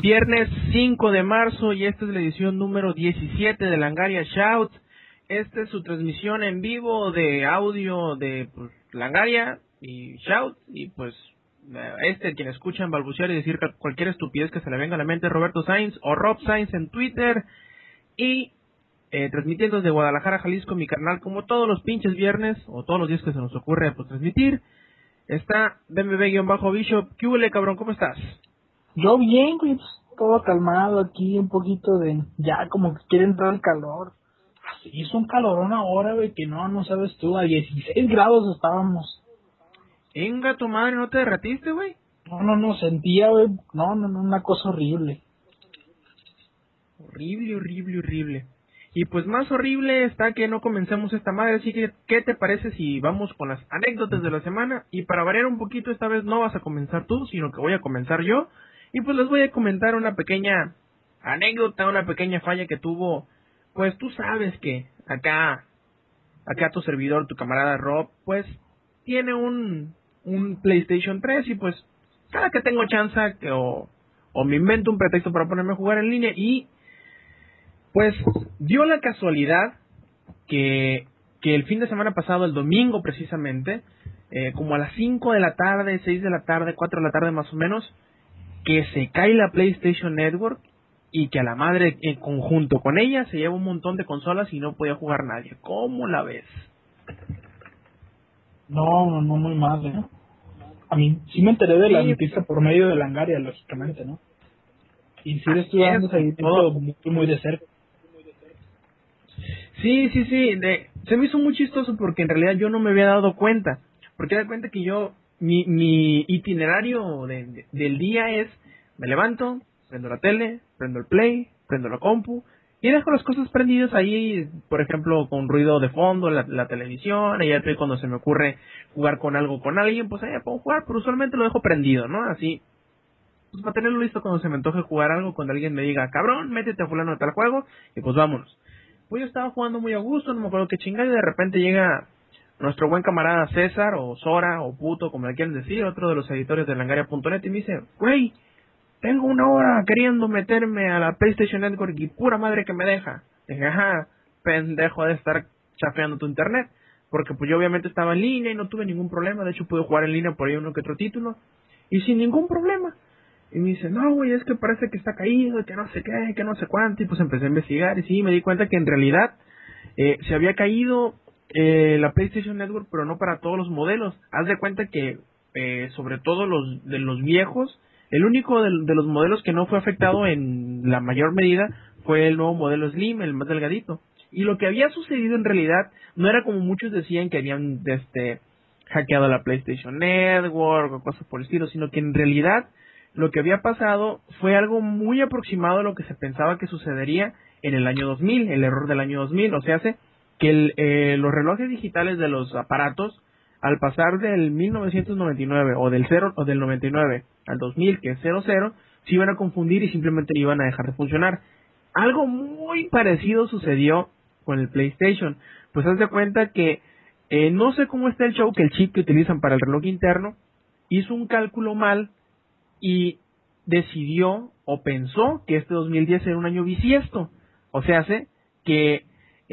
Viernes 5 de marzo y esta es la edición número 17 de Langaria Shout. Esta es su transmisión en vivo de audio de Langaria y Shout. Y pues quien escuchan balbucear y decir cualquier estupidez que se le venga a la mente, Roberto Sainz o Rob Sainz en Twitter. Y transmitiendo desde Guadalajara, Jalisco, mi carnal, como todos los pinches viernes o todos los días que se nos ocurre pues transmitir, está BMB-Bishop. ¿Qué huele, cabrón? ¿Cómo estás? Yo bien, güey, todo calmado aquí, un poquito de, ya como que quiere entrar el calor. Hizo un calorón ahora, güey, que no sabes tú, a 16 grados estábamos. Venga, tu madre, ¿no te derratiste, güey? No, sentía, güey, no, una cosa horrible. Horrible. Y pues más horrible está que no comencemos esta madre, así que, ¿qué te parece si vamos con las anécdotas de la semana? Y para variar un poquito, esta vez no vas a comenzar tú, sino que voy a comenzar yo. Y pues les voy a comentar una pequeña anécdota, una pequeña falla que tuvo. Pues tú sabes que acá tu servidor, tu camarada Rob, pues tiene un PlayStation 3 y pues cada que tengo chance o me invento un pretexto para ponerme a jugar en línea y pues dio la casualidad que el fin de semana pasado, el domingo precisamente, como a las 5 de la tarde, 6 de la tarde, 4 de la tarde más o menos, que se cae la PlayStation Network y que a la madre en conjunto con ella se lleva un montón de consolas y no podía jugar nadie. ¿Cómo la ves? No, muy mal, ¿eh? A mí sí me enteré de la Sí, noticia por medio de Langaria, lógicamente, ¿no? Y sí le estuve dando seguimiento muy de cerca. Sí, se me hizo muy chistoso porque en realidad yo no me había dado cuenta. Porque da cuenta que mi itinerario del día es, me levanto, prendo la tele, prendo el play, prendo la compu, y dejo las cosas prendidas ahí, por ejemplo, con ruido de fondo, la televisión, y ya cuando se me ocurre jugar con algo con alguien, pues ahí puedo jugar, pero usualmente lo dejo prendido, ¿no? Así, pues para tenerlo listo cuando se me antoje jugar algo, cuando alguien me diga, cabrón, métete a fulano de tal juego, y pues vámonos. Pues yo estaba jugando muy a gusto, no me acuerdo qué chingada, y de repente llega nuestro buen camarada César, o Sora, o Puto, como le quieren decir, otro de los editores de Langaria.net, y me dice, güey, tengo una hora queriendo meterme a la PlayStation Network y pura madre que me deja. Dije, ajá, pendejo de estar chafeando tu internet, porque pues yo obviamente estaba en línea y no tuve ningún problema, de hecho pude jugar en línea por ahí uno que otro título, y sin ningún problema. Y me dice, no, güey, es que parece que está caído, que no sé qué, que no sé cuánto. Y pues empecé a investigar y sí, me di cuenta que en realidad se había caído la PlayStation Network, pero no para todos los modelos. Haz de cuenta que, sobre todo de los viejos, el único de los modelos que no fue afectado en la mayor medida fue el nuevo modelo Slim, el más delgadito. Y lo que había sucedido en realidad no era como muchos decían que habían hackeado la PlayStation Network o cosas por el estilo, sino que en realidad lo que había pasado fue algo muy aproximado a lo que se pensaba que sucedería en el año 2000, el error del año 2000, o sea, hace que los relojes digitales de los aparatos, al pasar del 1999 o del 0 o del 99 al 2000, que es 00, se iban a confundir y simplemente iban a dejar de funcionar. Algo muy parecido sucedió con el PlayStation. Pues haz de cuenta que no sé cómo está el show, que el chip que utilizan para el reloj interno hizo un cálculo mal y decidió o pensó que este 2010 era un año bisiesto. O sea, hace que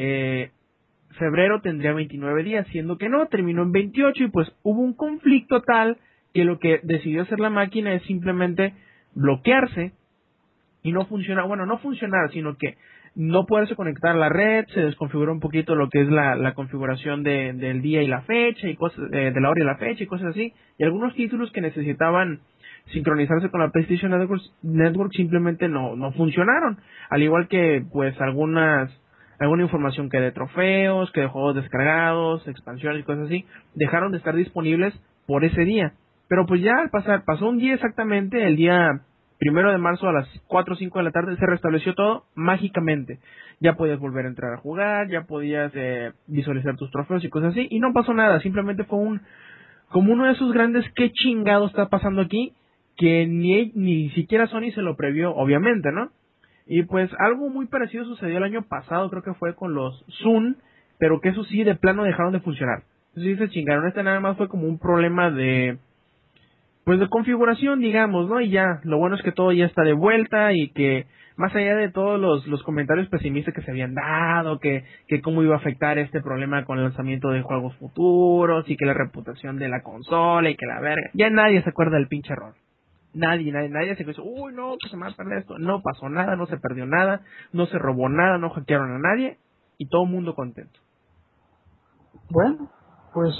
febrero tendría 29 días, siendo que no, terminó en 28 y pues hubo un conflicto tal que lo que decidió hacer la máquina es simplemente bloquearse y no funcionar, bueno, no funcionar, sino que no poderse conectar a la red, se desconfiguró un poquito lo que es la configuración del día y la fecha y cosas, de la hora y la fecha y cosas así, y algunos títulos que necesitaban sincronizarse con la PlayStation Network simplemente no funcionaron, al igual que pues alguna información que de trofeos, que de juegos descargados, expansiones y cosas así, dejaron de estar disponibles por ese día. Pero pues ya al pasó un día exactamente, el día 1 de marzo a las 4 o 5 de la tarde se restableció todo mágicamente. Ya podías volver a entrar a jugar, ya podías visualizar tus trofeos y cosas así, y no pasó nada, simplemente fue como uno de esos grandes ¿qué chingado está pasando aquí? Que ni siquiera Sony se lo previó, obviamente, ¿no? Y pues algo muy parecido sucedió el año pasado, creo que fue con los Zoom, pero que eso sí de plano dejaron de funcionar. Entonces sí se chingaron, este nada más fue como un problema pues de configuración, digamos, ¿no? Y ya, lo bueno es que todo ya está de vuelta y que más allá de todos los comentarios pesimistas que se habían dado, que cómo iba a afectar este problema con el lanzamiento de juegos futuros y que la reputación de la consola y que la verga, ya nadie se acuerda del pinche error. Nadie se dijo, uy, no, que se me va a perder esto. No pasó nada, no se perdió nada, no se robó nada, no hackearon a nadie y todo el mundo contento. Bueno, pues,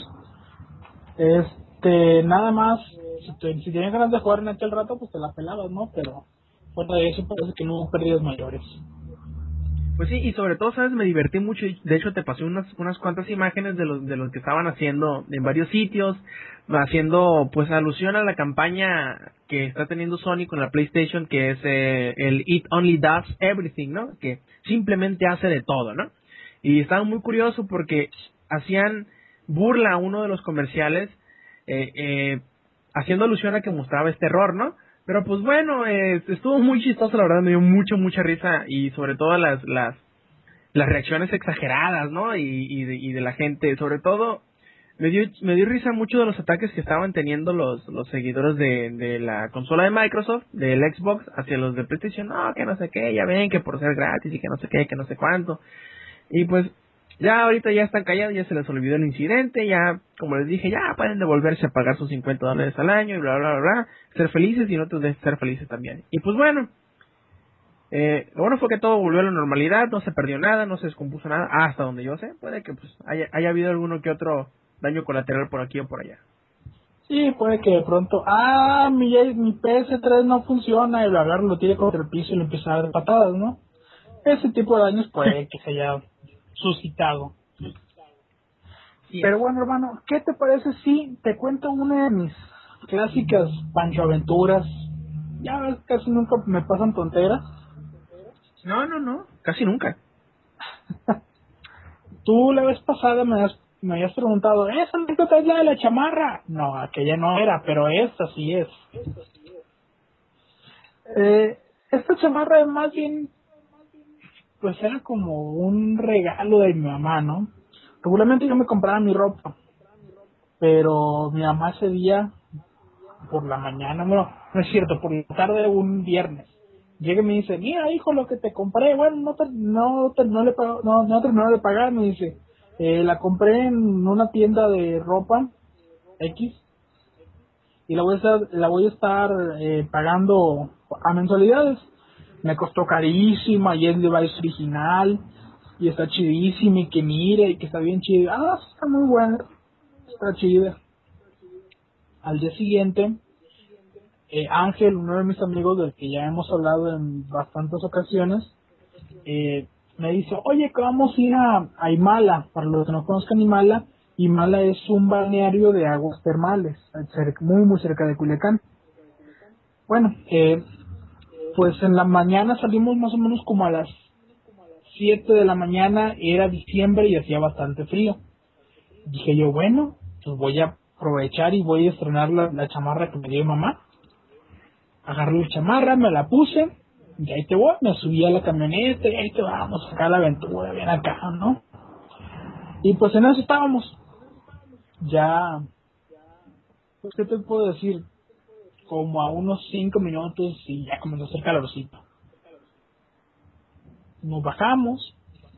nada más, si tienes ganas de jugar en aquel rato, pues te la pelabas, ¿no? Pero fuera de eso parece que no hubo pérdidas mayores. Pues sí, y sobre todo, ¿sabes? Me divertí mucho. De hecho, te pasé unas cuantas imágenes de los que estaban haciendo en varios sitios, haciendo pues alusión a la campaña que está teniendo Sony con la PlayStation, que es el It Only Does Everything, ¿no? Que simplemente hace de todo, ¿no? Y estaba muy curioso porque hacían burla a uno de los comerciales, haciendo alusión a que mostraba este error, ¿no? Pero pues bueno, estuvo muy chistoso, la verdad, me dio mucha risa y sobre todo las reacciones exageradas, ¿no? Y de la gente, sobre todo me dio risa mucho de los ataques que estaban teniendo los seguidores de la consola de Microsoft, del Xbox, hacia los de PlayStation, no, que no sé qué, ya ven que por ser gratis y que no sé qué, que no sé cuánto. Y pues ya ahorita ya están callados, ya se les olvidó el incidente, ya, como les dije, ya pueden devolverse a pagar sus $50 al año y bla, bla, bla, bla, ser felices y nosotros deben ser felices también. Y pues bueno, lo bueno fue que todo volvió a la normalidad, no se perdió nada, no se descompuso nada, hasta donde yo sé, puede que pues haya habido alguno que otro daño colateral por aquí o por allá. Sí, puede que de pronto, mi PS3 no funciona y lo agarro, lo tire contra el piso y lo empieza a dar patadas, ¿no? Ese tipo de daños puede que se haya suscitado. Sí es. Pero bueno, hermano, ¿qué te parece si te cuento una de mis clásicas Pancho Aventuras? Ya ves, casi nunca me pasan tonteras. No, casi nunca. Tú la vez pasada me habías preguntado, ¿esa anécdota es la de la chamarra? No, aquella no era, pero esta sí es. Esta chamarra más bien, pues era como un regalo de mi mamá, ¿no? Regularmente yo me compraba mi ropa, pero mi mamá ese día, por la mañana, no es cierto, por la tarde de un viernes, llega y me dice, mira hijo, lo que te compré, bueno, no terminó de pagar, me dice, la compré en una tienda de ropa X y la voy a estar pagando a mensualidades. Me costó carísima y es device original y está chidísima y que mire y que está bien chida. Está muy buena, está chida. Al día siguiente, Ángel, uno de mis amigos del que ya hemos hablado en bastantes ocasiones, me dice, oye, que vamos a ir a Imala. Para los que no conozcan Imala, Imala es un balneario de aguas termales, muy cerca de Culiacán. Bueno, pues en la mañana salimos más o menos como a las 7 de la mañana, era diciembre y hacía bastante frío. Dije yo, bueno, pues voy a aprovechar y voy a estrenar la chamarra que me dio mamá. Agarré la chamarra, me la puse, y ahí te voy, me subí a la camioneta y ahí te vamos, acá a la aventura, bien acá, ¿no? Y pues en eso estábamos. Ya, pues qué te puedo decir, como a unos 5 minutos y ya comenzó a hacer calorcito. Nos bajamos,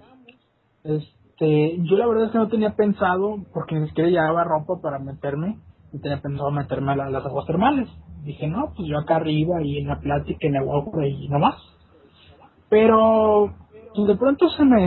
yo la verdad es que no tenía pensado, porque ni siquiera llevaba ropa para meterme, y tenía pensado meterme a las aguas termales. Dije, no, pues yo acá arriba y en la plática, en el agua y nomás. Pero, pues de pronto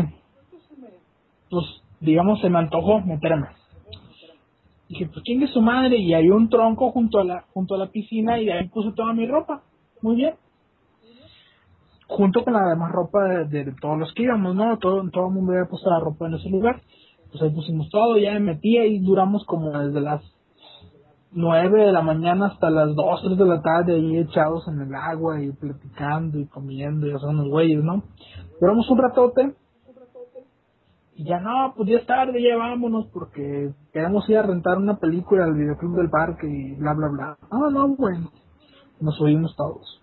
pues digamos, se me antojó meterme. Dije, pues quién es su madre, y había un tronco junto a la piscina y ahí puse toda mi ropa. Muy bien. Junto con la demás ropa de todos los que íbamos, ¿no? Todo el mundo había puesto la ropa en ese lugar. Pues ahí pusimos todo, ya me metí y duramos como desde las 9 de la mañana hasta las 2, 3 de la tarde ahí echados en el agua y platicando y comiendo y haciendo unos güeyes, ¿no? Duramos un ratote y ya no, pues ya es tarde, ya vámonos porque queremos ir a rentar una película al videoclub del parque y bla, bla, bla. No, bueno, nos subimos todos.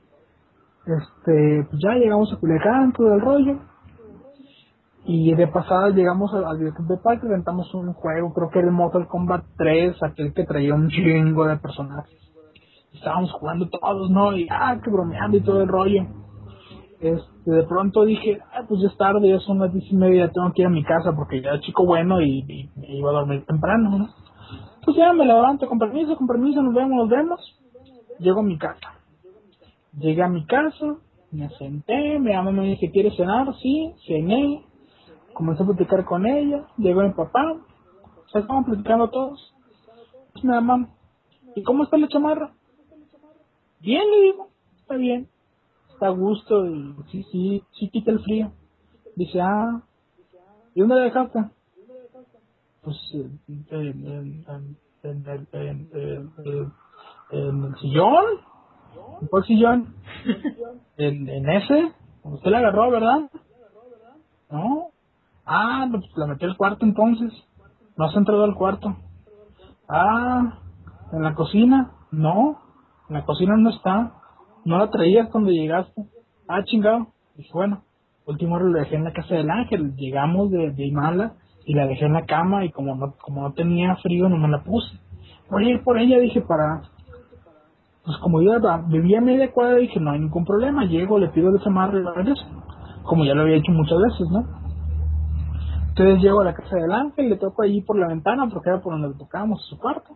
Pues ya llegamos a Culiacán, todo el rollo. Y de pasada llegamos al videoclub del parque, rentamos un juego, creo que era el Mortal Kombat 3, aquel que traía un chingo de personajes. estábamos jugando todos, ¿no? Y, que bromeando y todo el rollo. De pronto dije, pues ya es tarde, ya son las 10:30, tengo que ir a mi casa porque ya era chico bueno y iba a dormir temprano, ¿no? Pues ya me levanto, con permiso, nos vemos. Llego a mi casa. Llegué a mi casa, me senté, mi mamá me dijo, ¿quieres cenar? Sí, cené, comencé a platicar con ella, llegó mi papá, se estaban platicando todos. Pues mi mamá, ¿y cómo está la chamarra? Bien, le digo, está bien, está a gusto y sí quita el frío. Dice, ¿y dónde la dejaste? Pues en el sillón. ¿En cuál sillón? ¿En ese? Usted la agarró, ¿verdad? No. No, pues la metí al cuarto entonces. No has entrado al cuarto. ¿En la cocina? No. En la cocina no está. No la traías cuando llegaste. Chingado. Dije, bueno, último hora lo dejé en la casa del Ángel. Llegamos de Imala y la dejé en la cama y como no tenía frío no me la puse. Voy a ir por ella, dije, pues como yo vivía a media cuadra, dije, no hay ningún problema. Llego, le pido el chamarra y lo regreso. Como ya lo había hecho muchas veces, ¿no? Entonces llego a la casa del Ángel, le toco allí por la ventana porque era por donde le tocábamos su cuarto.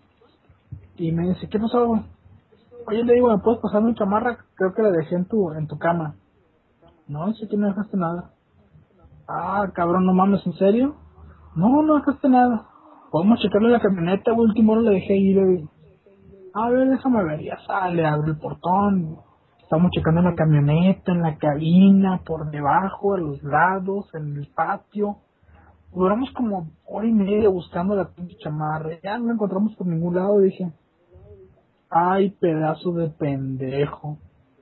Y me dice, ¿qué pasó? Oye, le digo, ¿me puedes pasar mi chamarra? Creo que la dejé en tu cama. No, dice que no dejaste nada. Cabrón, no mames, ¿en serio? No dejaste nada. Podemos checarle la camioneta, último hora le dejé ahí, le digo. A ver, déjame ver, ya sale, abre el portón. Estamos checando en la camioneta, en la cabina, por debajo, a los lados, en el patio. Duramos como hora y media buscando la pinche chamarra. Ya no la encontramos por ningún lado. Dije, pedazo de pendejo.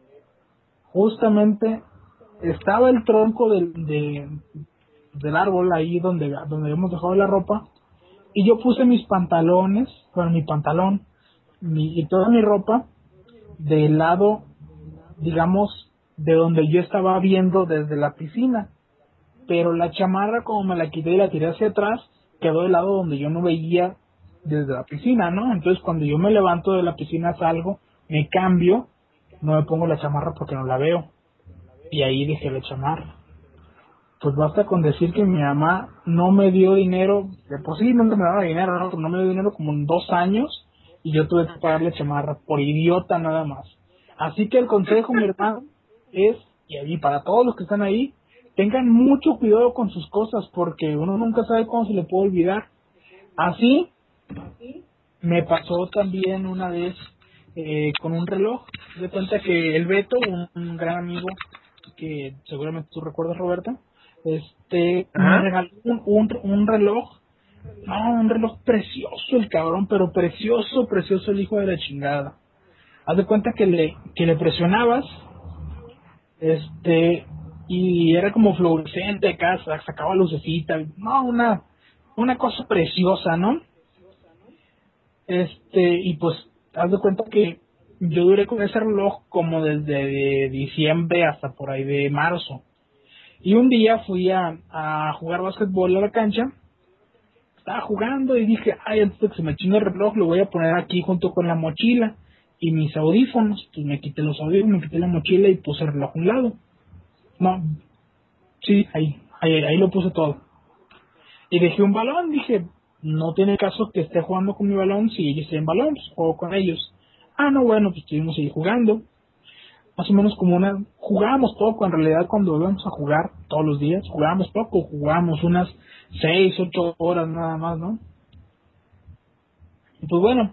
Justamente estaba el tronco del árbol ahí donde habíamos dejado la ropa. Y yo puse mis pantalones, mi pantalón y toda mi ropa del lado, digamos, de donde yo estaba viendo desde la piscina. Pero la chamarra, como me la quité y la tiré hacia atrás, quedó del lado donde yo no veía desde la piscina, ¿no? Entonces cuando yo me levanto de la piscina, salgo, me cambio, no me pongo la chamarra porque no la veo. Y ahí dejé la chamarra. Pues basta con decir que mi mamá no me dio dinero, de por sí nunca me daba dinero, ¿no? Pero no me dio dinero como en 2 años y yo tuve que pagarle chamarra por idiota nada más. Así que el consejo, mi hermano, es, y ahí para todos los que están ahí, tengan mucho cuidado con sus cosas porque uno nunca sabe cuándo se le puede olvidar. Así me pasó también una vez con un reloj. De cuenta que el Beto, un gran amigo que seguramente tú recuerdas, Roberta, me regaló un reloj. No, un reloj precioso el cabrón, pero precioso el hijo de la chingada. Haz de cuenta que le presionabas, y era como fluorescente acá, sacaba lucecita, no, una cosa preciosa, ¿no? Y pues, haz de cuenta que yo duré con ese reloj como desde diciembre hasta por ahí de marzo. Y un día fui a jugar básquetbol a la cancha, estaba jugando y dije, antes de que se me chingue el reloj, lo voy a poner aquí junto con la mochila y mis audífonos. Pues me quité los audífonos, me quité la mochila y puse el reloj a un lado. No, sí, ahí lo puse todo. Y dejé un balón, dije, no tiene caso que esté jugando con mi balón si ellos tienen balón, pues juego con ellos. No, bueno, pues estuvimos ahí jugando. Más o menos jugábamos poco, en realidad cuando íbamos a jugar todos los días, jugábamos poco, jugábamos unas 6, 8 horas nada más, ¿no? Y pues bueno,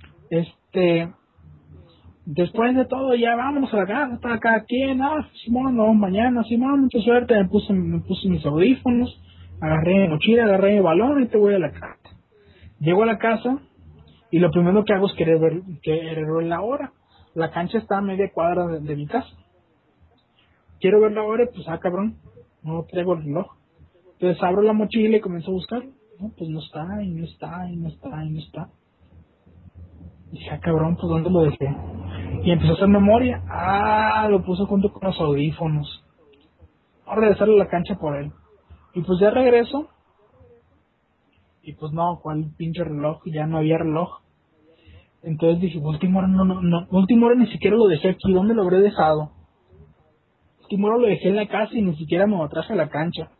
después de todo ya vámonos a la casa, está cada quien, Simón, no, mañana, Simón, mucha suerte, me puse mis audífonos, agarré mi mochila, agarré mi balón y te voy a la casa. Llego a la casa y lo primero que hago es querer ver la hora. La cancha está a media cuadra de mi casa. Quiero ver la hora, pues cabrón, no traigo el reloj. Entonces abro la mochila y comienzo a buscar. No, pues no está, y no está, y no está, y no está. Y dije, cabrón, pues ¿dónde lo dejé? Y empezó a hacer memoria. Lo puso junto con los audífonos. Voy a regresar a la cancha por él. Y pues ya regreso. Y pues no, ¿cuál pinche reloj? Ya no había reloj. Entonces dije, última hora, última hora ni siquiera lo dejé aquí, ¿dónde lo habré dejado? Última hora lo dejé en la casa y ni siquiera me lo traje a la cancha.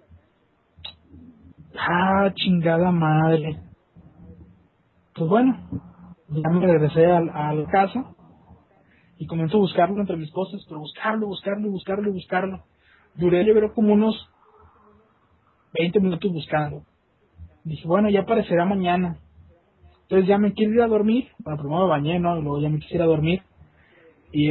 Ah, chingada madre. Pues bueno, ya me regresé a la casa y comencé a buscarlo entre mis cosas, pero buscarlo. Duré, yo creo, como unos 20 minutos buscando. Dije, bueno, ya aparecerá mañana. Entonces ya me quiero ir a dormir. Bueno, primero me bañé, ¿no? Y luego ya me quisiera dormir. Y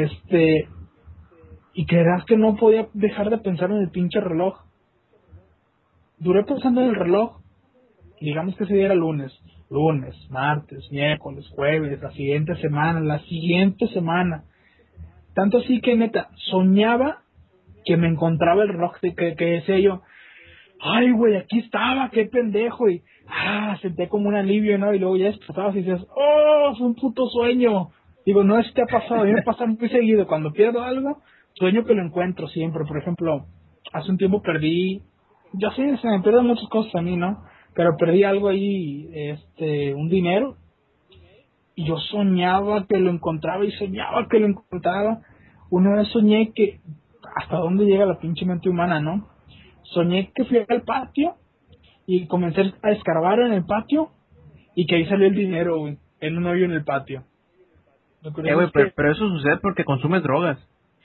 y creerás que no podía dejar de pensar en el pinche reloj. Duré pensando en el reloj. Y digamos que ese día era lunes, martes, miércoles, jueves, la siguiente semana. Tanto así que neta, soñaba que me encontraba el reloj que decía yo, ay güey, aquí estaba, qué pendejo, y senté como un alivio, ¿no? Y luego ya despertabas y dices, oh, fue un puto sueño. Digo, no, es que ha pasado, a mí me pasa muy seguido, cuando pierdo algo, sueño que lo encuentro siempre. Por ejemplo, hace un tiempo perdí, yo sé, se me pierden muchas cosas a mí, ¿no? Pero perdí algo ahí, un dinero, y yo soñaba que lo encontraba y soñaba que lo encontraba. Una vez soñé que, hasta dónde llega la pinche mente humana, ¿no? Soñé que fui al patio y comencé a escarbar en el patio y que ahí salió el dinero, güey, en un hoyo en el patio. Lo curioso Güey, es que... pero eso sucede porque consumes drogas.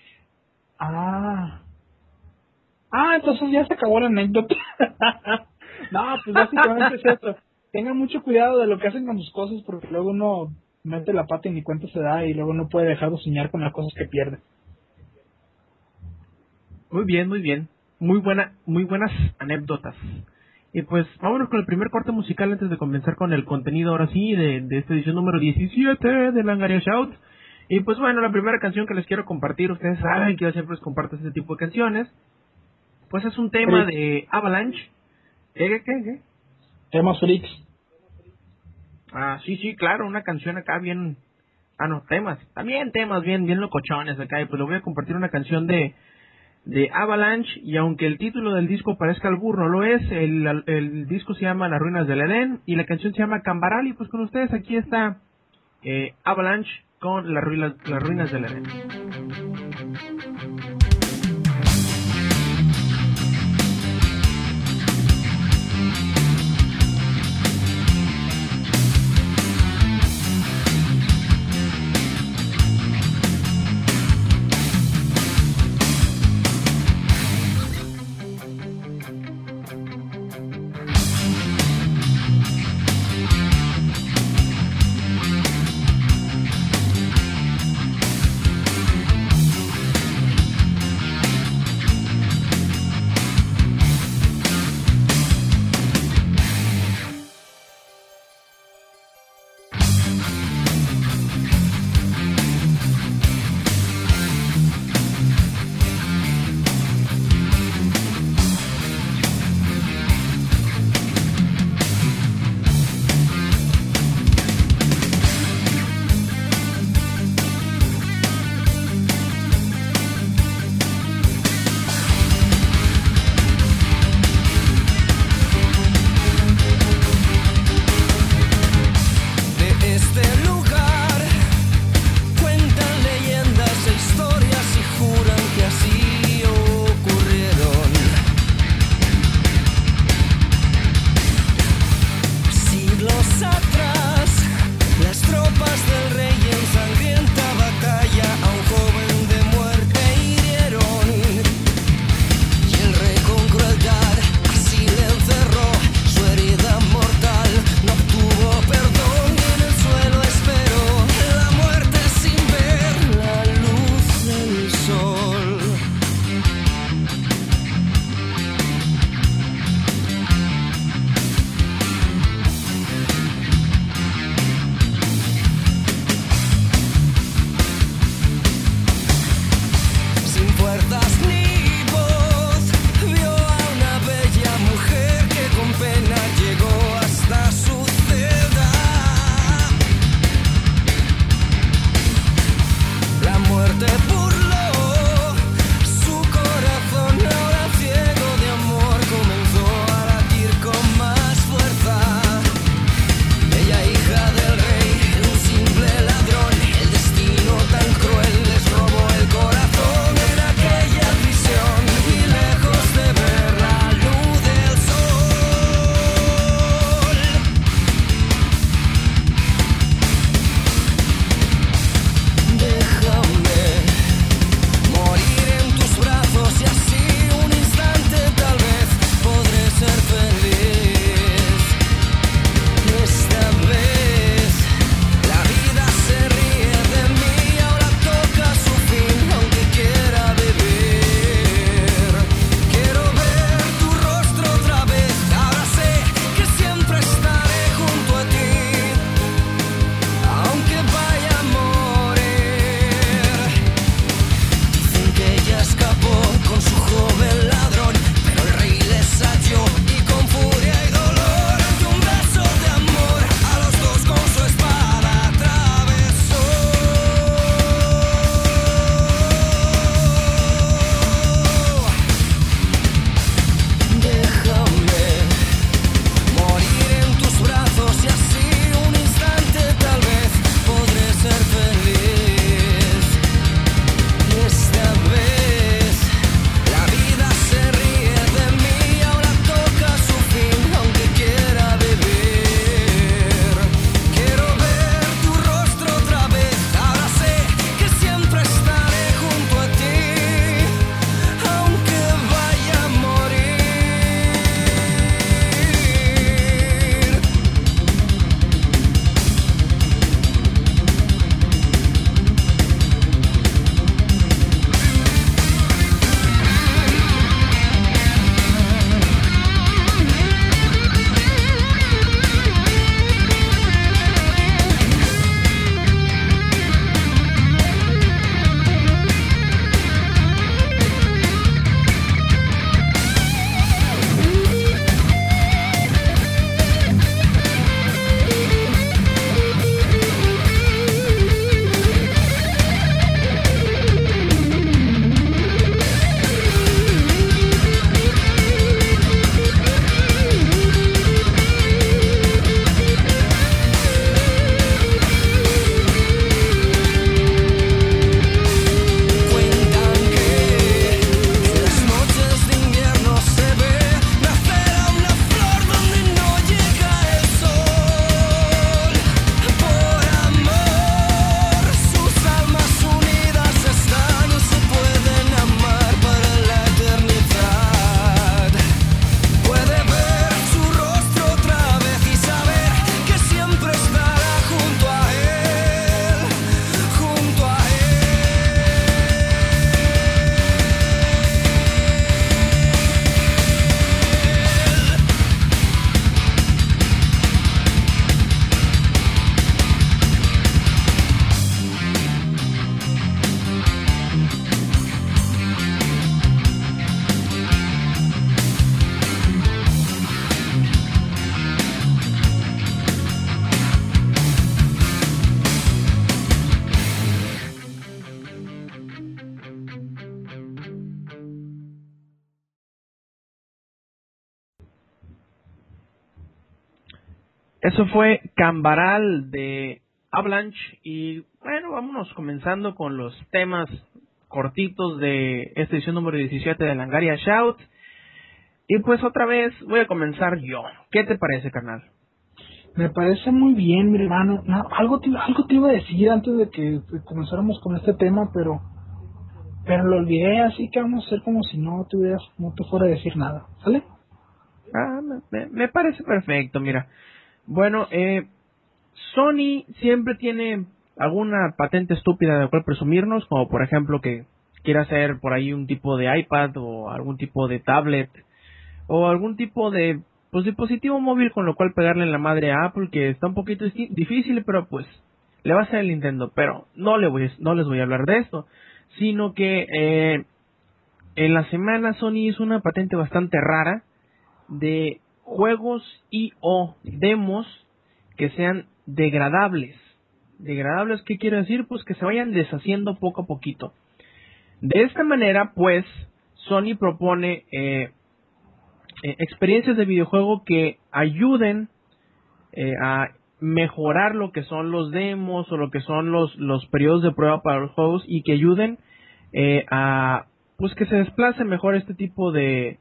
Ah, entonces ya se acabó la anécdota. No, pues básicamente es eso. Tengan mucho cuidado de lo que hacen con sus cosas porque luego uno mete la pata y ni cuenta se da y luego no puede dejar de soñar con las cosas que pierde. Muy bien, muy bien. Muy buenas anécdotas. Y pues vámonos con el primer corte musical antes de comenzar con el contenido ahora sí de esta edición número 17 de Langaria Shout. Y pues bueno, la primera canción que les quiero compartir, ustedes saben que yo siempre les comparto este tipo de canciones. Pues es un tema de Avalanche. ¿Qué? Temas freaks. Ah, sí, claro, una canción acá bien... no, temas. También temas bien locochones acá. Y pues les voy a compartir una canción de Avalanche, y aunque el título del disco parezca albur, no lo es. El disco se llama Las Ruinas del Edén y la canción se llama Cambaral, y pues con ustedes aquí está Avalanche con Las Ruinas del Edén. Eso fue Cambaral de Avalanche. Y bueno, vámonos comenzando con los temas cortitos de esta edición número 17 de Langaria Shout. Y pues otra vez voy a comenzar yo. ¿Qué te parece, carnal? Me parece muy bien, mi hermano. No, algo te iba a decir antes de que comenzáramos con este tema, pero lo olvidé, así que vamos a hacer como si no te fuera a decir nada, ¿sale? Me parece perfecto, mira. Bueno, Sony siempre tiene alguna patente estúpida de la cual presumirnos, como por ejemplo que quiera hacer por ahí un tipo de iPad o algún tipo de tablet o algún tipo de pues dispositivo móvil con lo cual pegarle en la madre a Apple, que está un poquito difícil, pero pues le va a hacer el Nintendo. Pero no les voy a hablar de esto, sino que en la semana Sony hizo una patente bastante rara de juegos y o demos que sean degradables. ¿Degradables qué quiero decir? Pues que se vayan deshaciendo poco a poquito. De esta manera, pues, Sony propone experiencias de videojuego que ayuden a mejorar lo que son los demos o lo que son los periodos de prueba para los juegos, y que ayuden a pues que se desplace mejor este tipo de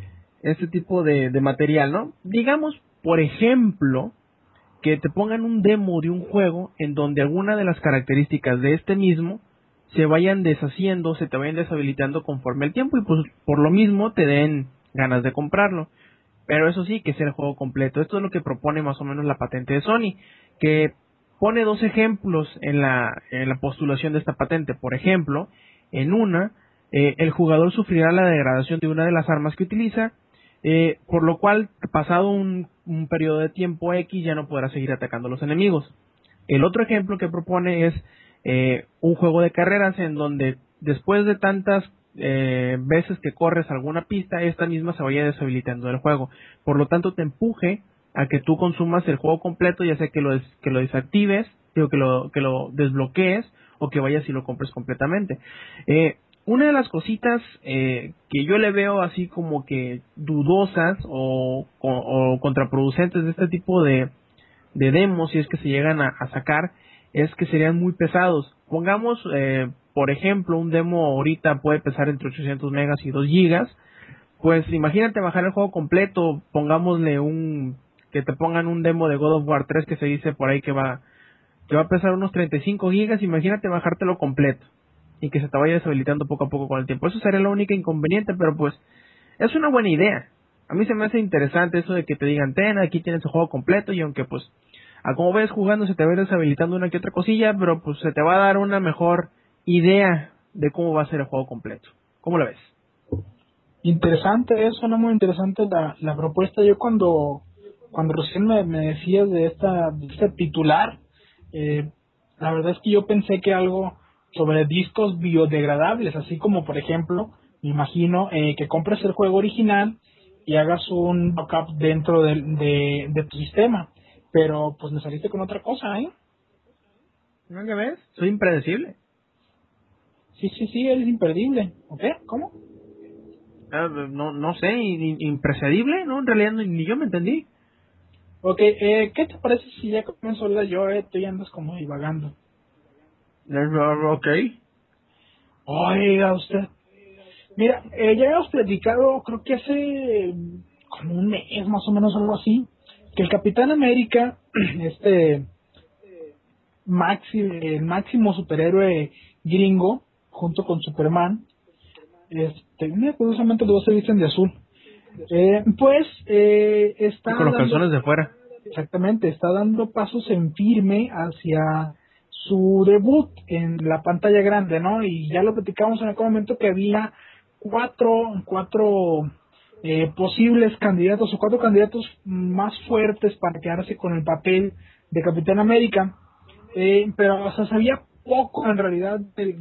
material, ¿no? Digamos, por ejemplo, que te pongan un demo de un juego en donde alguna de las características de este mismo se vayan deshaciendo, se te vayan deshabilitando conforme el tiempo, y pues por lo mismo te den ganas de comprarlo. Pero eso sí, que sea el juego completo. Esto es lo que propone más o menos la patente de Sony, que pone dos ejemplos en la postulación de esta patente. Por ejemplo, en una, el jugador sufrirá la degradación de una de las armas que utiliza, por lo cual, pasado un periodo de tiempo X, ya no podrá seguir atacando a los enemigos. El otro ejemplo que propone es un juego de carreras en donde después de tantas veces que corres alguna pista, esta misma se vaya deshabilitando del juego. Por lo tanto, te empuje a que tú consumas el juego completo, ya sea que lo desactives, digo, que lo desbloquees, o que vayas y lo compres completamente. Una de las cositas que yo le veo así como que dudosas o contraproducentes de este tipo de demos, si es que se llegan a sacar, es que serían muy pesados. Pongamos, por ejemplo, un demo ahorita puede pesar entre 800 megas y 2 gigas. Pues imagínate bajar el juego completo, pongámosle que te pongan un demo de God of War 3 que se dice por ahí que va a pesar unos 35 gigas. Imagínate bajártelo completo y que se te vaya deshabilitando poco a poco con el tiempo. Eso sería lo único inconveniente, pero pues es una buena idea. A mí se me hace interesante eso de que te digan, aquí tienes el juego completo, y aunque pues a como ves jugando se te va deshabilitando una que otra cosilla, pero pues se te va a dar una mejor idea de cómo va a ser el juego completo. ¿Cómo lo ves? Interesante, suena muy interesante la propuesta. Yo cuando recién me decías de este titular, la verdad es que yo pensé que algo sobre discos biodegradables, así como por ejemplo, me imagino que compres el juego original y hagas un backup dentro de tu sistema, pero pues me saliste con otra cosa, ¿eh? ¿No que ves? Soy impredecible. Sí, eres imperdible. ¿Ok? ¿Cómo? No sé, imprecedible, ¿no? En realidad ni yo me entendí. Ok, ¿qué te parece si ya comienzo a hablar yo? Tú ya andas como divagando. Ok. Oiga usted. Mira, ya habíamos platicado, creo que hace como un mes más o menos, algo así, que el Capitán América, este el máximo superhéroe gringo, junto con Superman, mira, curiosamente los dos se visten de azul. Está Y con los dando, calzones de fuera. exactamente, está dando pasos en firme hacia su debut en la pantalla grande, ¿no? Y ya lo platicamos en aquel momento que había cuatro posibles candidatos, o cuatro candidatos más fuertes para quedarse con el papel de Capitán América, pero o sea, sabía poco en realidad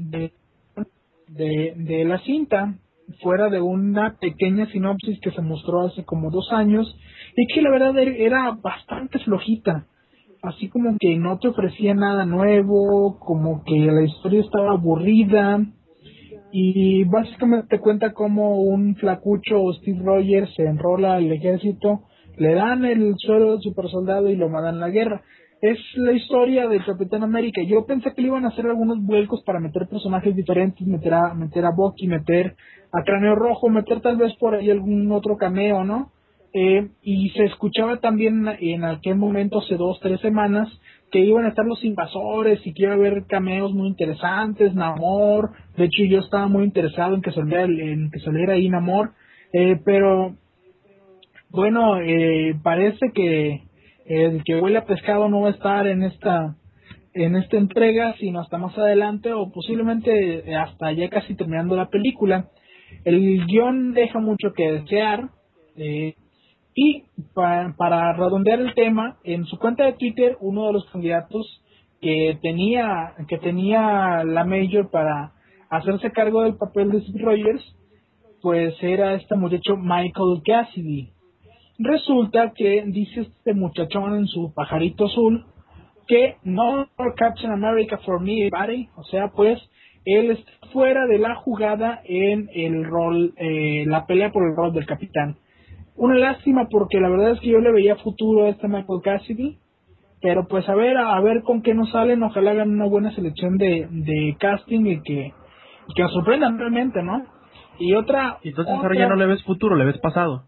de la cinta, fuera de una pequeña sinopsis que se mostró hace como 2 años, y que la verdad era bastante flojita, así como que no te ofrecía nada nuevo, como que la historia estaba aburrida, y básicamente te cuenta cómo un flacucho Steve Rogers se enrola al ejército Le dan el suelo de super soldado y lo mandan a la guerra. Es la historia del Capitán América. Yo pensé que le iban a hacer algunos vuelcos para meter personajes diferentes, meter a Bucky, meter a Cráneo Rojo, meter tal vez por ahí algún otro cameo, ¿no? Y se escuchaba también en aquel momento, hace 2, 3 semanas, que iban a estar los invasores y que iba a haber cameos muy interesantes, Namor. De hecho, yo estaba muy interesado en que saliera ahí Namor. Pero bueno, parece que el que huele a pescado no va a estar en esta entrega, sino hasta más adelante o posiblemente hasta ya casi terminando la película. El guión deja mucho que desear. eh, y para redondear el tema, en su cuenta de Twitter, uno de los candidatos que tenía la Major para hacerse cargo del papel de Steve Rogers, pues era este muchacho Michael Cassidy. Resulta que dice este muchachón en su pajarito azul que no Captain America for me, buddy. O sea, pues él está fuera de la jugada en el rol, la pelea por el rol del capitán. Una lástima porque la verdad es que yo le veía futuro a este Michael Cassidy, pero pues a ver con qué nos salen. Ojalá hagan una buena selección de casting y que nos sorprendan realmente, ¿no? Y Y entonces ahora ya no le ves futuro, le ves pasado.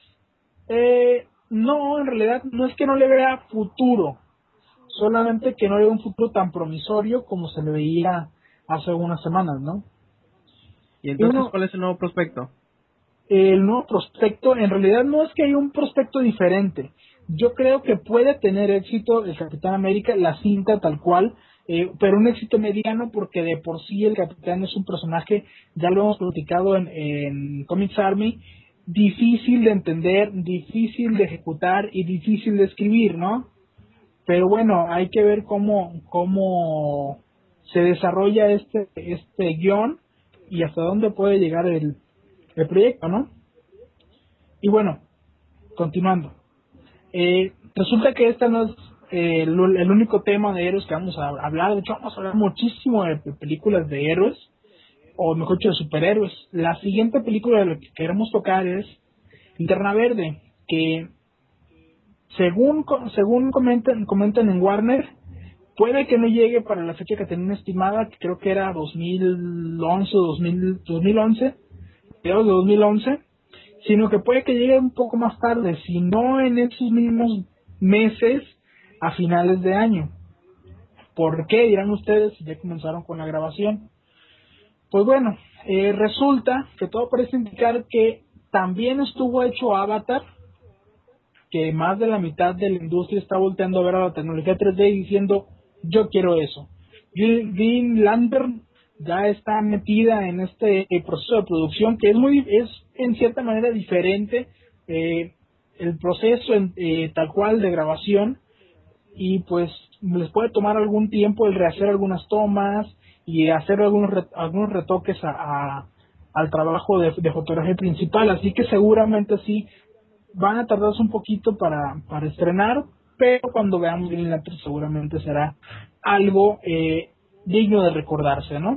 no, en realidad no es que no le vea futuro, solamente que no le vea un futuro tan promisorio como se le veía hace algunas semanas, ¿no? Y Y entonces, bueno, ¿cuál es el nuevo prospecto? el nuevo prospecto, en realidad no es que haya un prospecto diferente. Yo creo que puede tener éxito el Capitán América, la cinta tal cual, pero un éxito mediano porque de por sí el Capitán es un personaje, ya lo hemos platicado en Comics Army, difícil de entender, difícil de ejecutar y difícil de escribir, ¿no? Pero bueno, hay que ver cómo se desarrolla este guión y hasta dónde puede llegar el proyecto, ¿no? Y bueno, continuando. Resulta que este no es el único tema de héroes que vamos a hablar. De hecho, vamos a hablar muchísimo de películas de héroes, o mejor dicho, de superhéroes. La siguiente película de la que queremos tocar es Linterna Verde, que según comentan en Warner, puede que no llegue para la fecha que tenían estimada, que creo que era 2011, 2011, mediados de 2011, sino que puede que llegue un poco más tarde, si no en esos mismos meses, a finales de año. ¿Por qué? Dirán ustedes, si ya comenzaron con la grabación. Pues bueno, resulta que todo parece indicar que también estuvo hecho Avatar, que más de la mitad de la industria está volteando a ver a la tecnología 3D y diciendo, yo quiero eso. Green Lantern ya está metida en este proceso de producción que es en cierta manera diferente, el proceso tal cual de grabación, y pues les puede tomar algún tiempo el rehacer algunas tomas y hacer algunos retoques al trabajo de fotografía principal, así que seguramente sí van a tardarse un poquito para estrenar, pero cuando veamos Green Lantern seguramente será algo digno de recordarse, ¿no?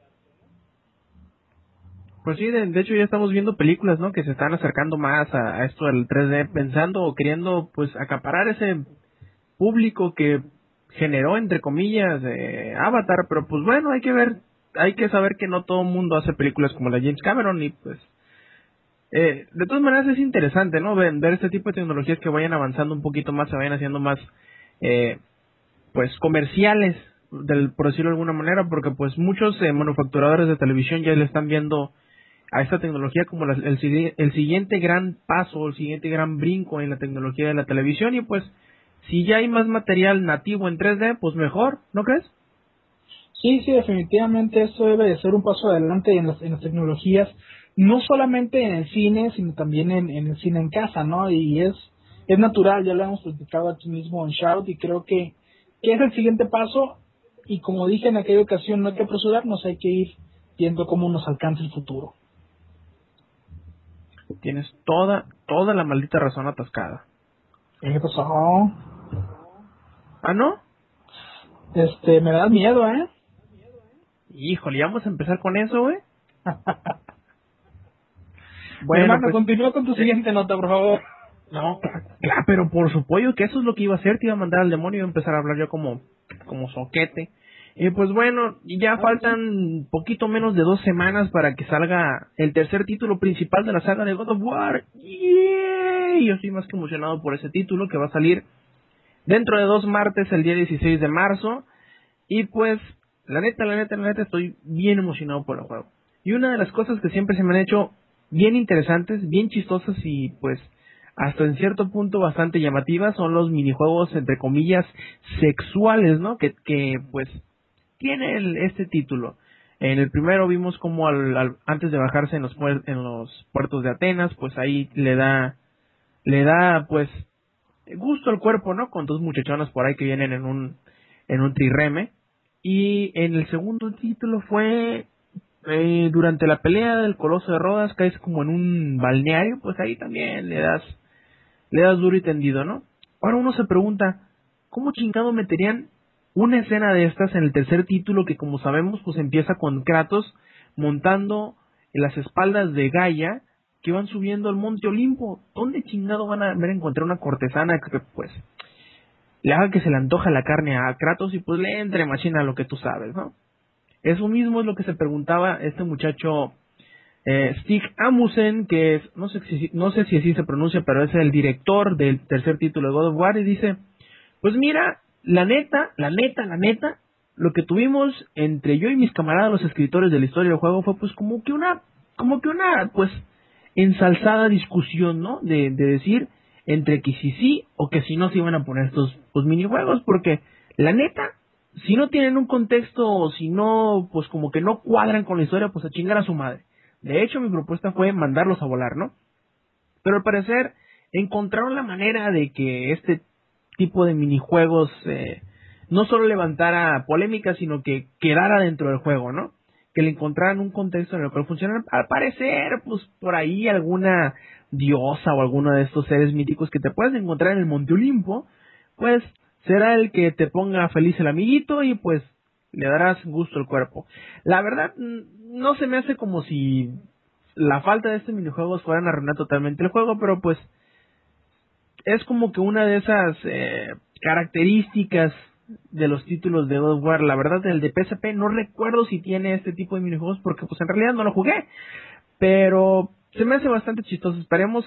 Pues sí, de hecho ya estamos viendo películas, ¿no? Que se están acercando más a esto del 3D, pensando o queriendo, pues, acaparar ese público que generó, entre comillas, Avatar, pero pues bueno, hay que ver, hay que saber que no todo el mundo hace películas como la James Cameron y pues de todas maneras es interesante, ¿no? Ver este tipo de tecnologías que vayan avanzando un poquito más, se vayan haciendo más, eh, pues, comerciales, por decirlo de alguna manera, porque pues muchos manufacturadores de televisión ya le están viendo a esta tecnología como el siguiente gran paso, el siguiente gran brinco en la tecnología de la televisión y pues si ya hay más material nativo en 3D, pues mejor, ¿no crees? Sí, sí, definitivamente eso debe de ser un paso adelante en las tecnologías, no solamente en el cine, sino también en el cine en casa, ¿no? Y es natural, ya lo hemos platicado aquí mismo en Shout, y creo que es el siguiente paso, y como dije en aquella ocasión, no hay que apresurarnos, hay que ir viendo cómo nos alcanza el futuro. Tienes toda la maldita razón atascada. ¿Qué pasó? ¿Ah, no? Me da miedo, ¿eh? Híjole, ¿ya vamos a empezar con eso, güey? Mi Bueno, hermano, pues, continúa con tu eh, siguiente nota, por favor. No, claro, pero por su pollo, que eso es lo que iba a hacer, te iba a mandar al demonio y iba a empezar a hablar yo como soquete. Y pues bueno, ya faltan poquito menos de 2 semanas para que salga el tercer título principal de la saga de God of War. ¡Yay! Yo estoy más que emocionado por ese título que va a salir dentro de 2 martes, el día 16 de marzo. Y pues, la neta, estoy bien emocionado por el juego. Y una de las cosas que siempre se me han hecho bien interesantes, bien chistosas y pues hasta en cierto punto bastante llamativas son los minijuegos, entre comillas, sexuales, ¿no? Que pues tiene este título. En el primero vimos como antes de bajarse en los puertos de Atenas, pues ahí le da pues gusto al cuerpo, ¿no? Con dos muchachonas por ahí que vienen en un trireme. Y en el segundo título fue durante la pelea del Coloso de Rodas, caes como en un balneario, pues ahí también le das duro y tendido, ¿no? Ahora uno se pregunta, ¿cómo chingado meterían una escena de estas en el tercer título que, como sabemos, pues empieza con Kratos montando en las espaldas de Gaia que van subiendo al Monte Olimpo? ¿Dónde chingado van a ver encontrar una cortesana que pues le haga que se le antoja la carne a Kratos y pues le entre machina lo que tú sabes, ¿no? Eso mismo es lo que se preguntaba este muchacho Stig Amusen, que es, no sé si así se pronuncia, pero es el director del tercer título de God of War, y dice, pues mira, la neta, lo que tuvimos entre yo y mis camaradas, los escritores de la historia del juego, fue pues como que una, pues, ensalzada discusión, ¿no? De decir entre que si sí o que si no se iban a poner estos pues minijuegos, porque la neta, si no tienen un contexto o si no, pues como que no cuadran con la historia, pues a chingar a su madre. De hecho, mi propuesta fue mandarlos a volar, ¿no? Pero al parecer encontraron la manera de que este tipo de minijuegos no solo levantara polémica, sino que quedara dentro del juego, ¿no? Que le encontraran un contexto en el cual funcionara. Al parecer, pues por ahí alguna diosa o alguno de estos seres míticos que te puedes encontrar en el Monte Olimpo, pues será el que te ponga feliz el amiguito y pues le darás gusto al cuerpo. La verdad, no se me hace como si la falta de estos minijuegos fueran a arruinar totalmente el juego, pero pues es como que una de esas características de los títulos de God of War. La verdad, el de PSP no recuerdo si tiene este tipo de minijuegos porque pues en realidad no lo jugué, pero se me hace bastante chistoso. Esperemos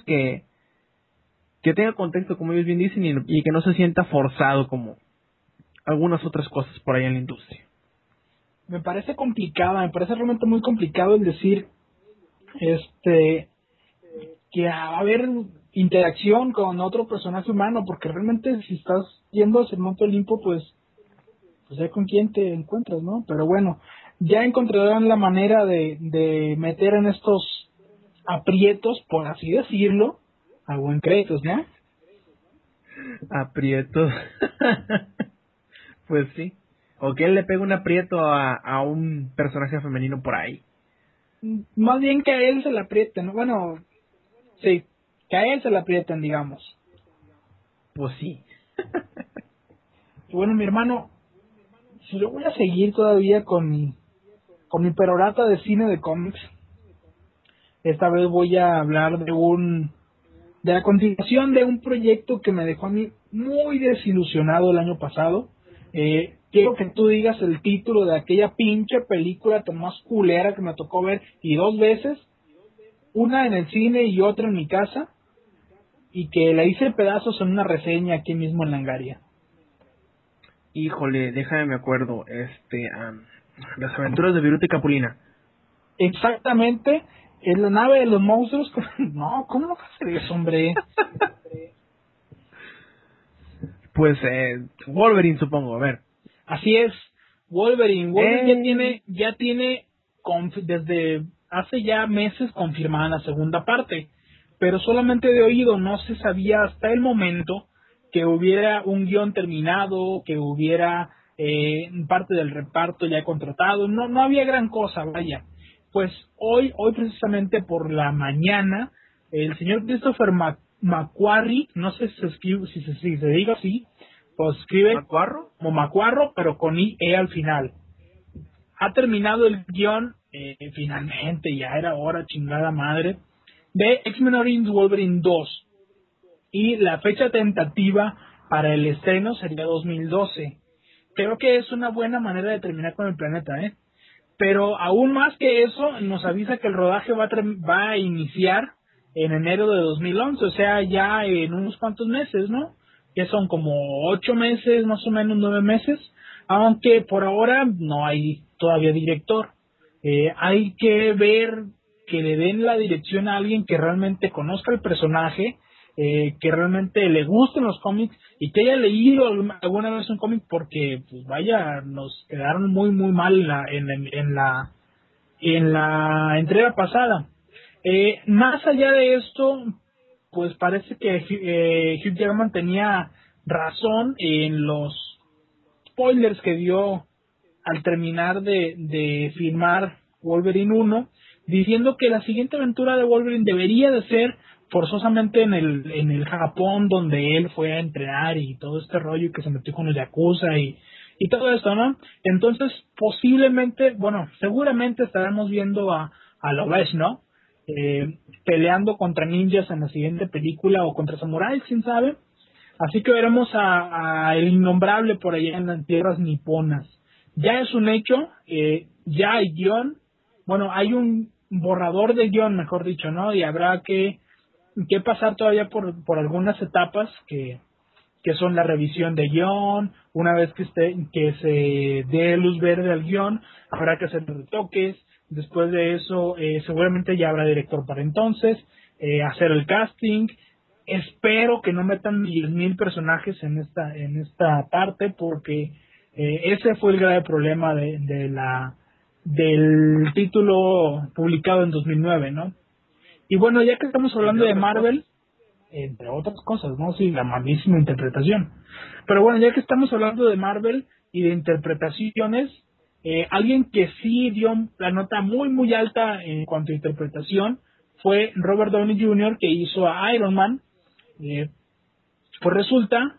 que tenga contexto, como ellos bien dicen, y que no se sienta forzado como algunas otras cosas por ahí en la industria. Me parece complicada, me parece realmente muy complicado el decir que va a haber interacción con otro personaje humano, porque realmente si estás yendo hacia el Monte Olimpo, pues ya con quién te encuentras, ¿no? Pero bueno, ya encontrarán la manera de meter en estos aprietos, por así decirlo, a buen Kratos, ¿no? Aprieto. Pues sí. O que él le pegue un aprieto a un personaje femenino por ahí. Más bien que a él se le aprieten, ¿no? Bueno, sí, que a él se le aprieten, digamos. Pues sí. Y bueno, mi hermano, si yo voy a seguir todavía con mi perorata de cine de cómics, esta vez voy a hablar de la continuación de un proyecto que me dejó a mí muy desilusionado el año pasado. Quiero que tú digas el título de aquella pinche película tan más culera que me tocó ver, y dos veces, una en el cine y otra en mi casa, y que la hice pedazos en una reseña aquí mismo en Langaria. Híjole, déjame me acuerdo. Las aventuras de Viruta y Capulina. Exactamente, en la nave de los monstruos. No, ¿cómo va a hacer eso, hombre? Pues Wolverine, supongo. A ver. Así es, Wolverine. Wolverine ya tiene desde hace ya meses confirmada la segunda parte, pero solamente de oído. No se sabía hasta el momento que hubiera un guión terminado, que hubiera parte del reparto ya contratado. No había gran cosa, vaya. Pues hoy precisamente por la mañana, el señor Christopher McQuarrie, no sé si se escribe, si se diga así, pues escribe ¿Macuarro? como Macuarro, pero con IE al final. Ha terminado el guión, finalmente, ya era hora, chingada madre, de X-Men Origins Wolverine 2. y la fecha tentativa para el estreno sería 2012. Creo que es una buena manera de terminar con el planeta, ¿eh? Pero aún más que eso, nos avisa que el rodaje va a iniciar en enero de 2011, o sea, ya en unos cuantos meses, ¿no? Que son como 8 meses, más o menos 9 meses, aunque por ahora no hay todavía director. Hay que ver que le den la dirección a alguien que realmente conozca el personaje, que realmente le gusten los cómics y que haya leído alguna vez un cómic, porque pues vaya, nos quedaron muy muy mal en la entrega pasada. Más allá de esto, pues parece que Hugh Jackman tenía razón en los spoilers que dio al terminar de filmar Wolverine 1, diciendo que la siguiente aventura de Wolverine debería de ser forzosamente en el Japón donde él fue a entrenar y todo este rollo, y que se metió con los Yakuza y todo esto, ¿no? Entonces, posiblemente, bueno, seguramente estaremos viendo a Lovesh, ¿no? Peleando contra ninjas en la siguiente película, o contra samuráis, quién sabe. Así que veremos a el innombrable por allá en las tierras niponas. Ya es un hecho, ya hay guión, bueno, hay un borrador de guión, mejor dicho, ¿no? Y habrá que pasar todavía por algunas etapas que son la revisión de guión. Una vez que se dé luz verde al guión, habrá que hacer retoques. Después de eso, seguramente ya habrá director para entonces, hacer el casting. Espero que no metan 10,000 personajes en esta parte, porque ese fue el grave problema del título publicado en 2009, ¿no? Y bueno, ya que estamos hablando de Marvel, entre otras cosas, ¿no? Sí, la malísima interpretación. Pero bueno, ya que estamos hablando de Marvel y de interpretaciones, alguien que sí dio la nota muy muy alta en cuanto a interpretación fue Robert Downey Jr., que hizo a Iron Man. Pues resulta,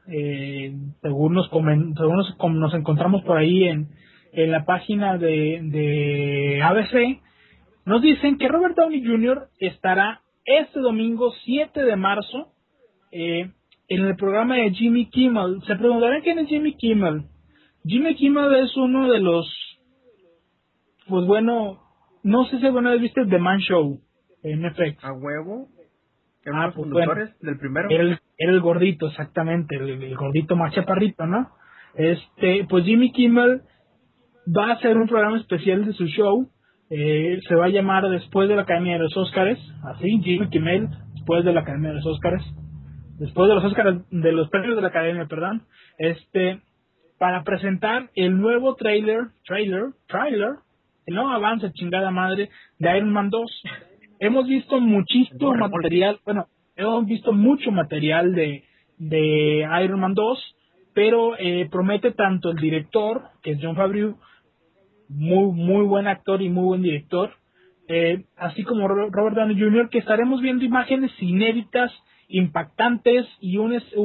según nos encontramos por ahí en la página de ABC, nos dicen que Robert Downey Jr. estará este domingo 7 de marzo en el programa de Jimmy Kimmel. Se preguntarán quién es Jimmy Kimmel. Jimmy Kimmel es uno de los, pues bueno, no sé si alguna vez viste The Man Show en FX. A huevo. Eran los Pues conductores bueno, del primero. era el gordito, exactamente, el gordito más chaparrito, ¿no? Pues Jimmy Kimmel va a hacer un programa especial de su show. Se va a llamar Después de la Academia de los Óscares, así, Jimmy Kimmel, después de la Academia de los Óscares, después de los Óscares, de los premios de la Academia, perdón, para presentar el nuevo trailer, el nuevo avance, chingada madre, de Iron Man 2. Hemos visto muchísimo material, bueno, hemos visto mucho material de Iron Man 2, pero promete tanto el director, que es Jon Favreau, muy muy buen actor y muy buen director, así como Robert Downey Jr., que estaremos viendo imágenes inéditas, impactantes, y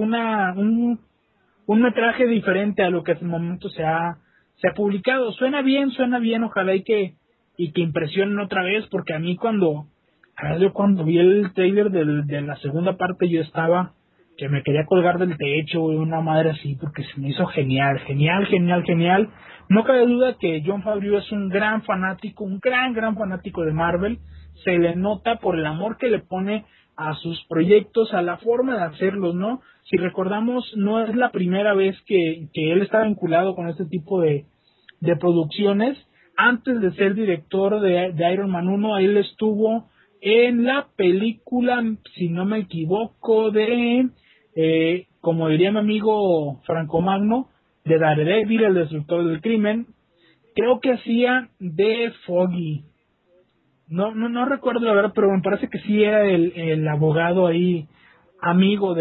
un metraje diferente a lo que hasta el momento se ha publicado. Suena bien, ojalá y que impresionen otra vez, porque a mí yo cuando vi el trailer de la segunda parte, yo estaba que me quería colgar del techo, una madre así, porque se me hizo genial. No cabe duda que Jon Favreau es un gran fanático, un gran fanático de Marvel. Se le nota por el amor que le pone a sus proyectos, a la forma de hacerlos, ¿no? Si recordamos, no es la primera vez que él está vinculado con este tipo de producciones. Antes de ser director de Iron Man 1, él estuvo en la película, si no me equivoco, como diría mi amigo Franco Magno, de Daredevil, el destructor del crimen. Creo que hacía de Foggy. No recuerdo la verdad, pero me parece que sí era el abogado ahí, amigo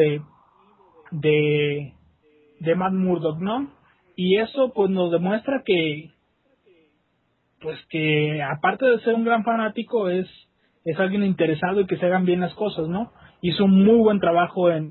de Matt Murdock, ¿no? Y eso pues nos demuestra que aparte de ser un gran fanático, es alguien interesado y que se hagan bien las cosas, ¿no? Hizo un muy buen trabajo en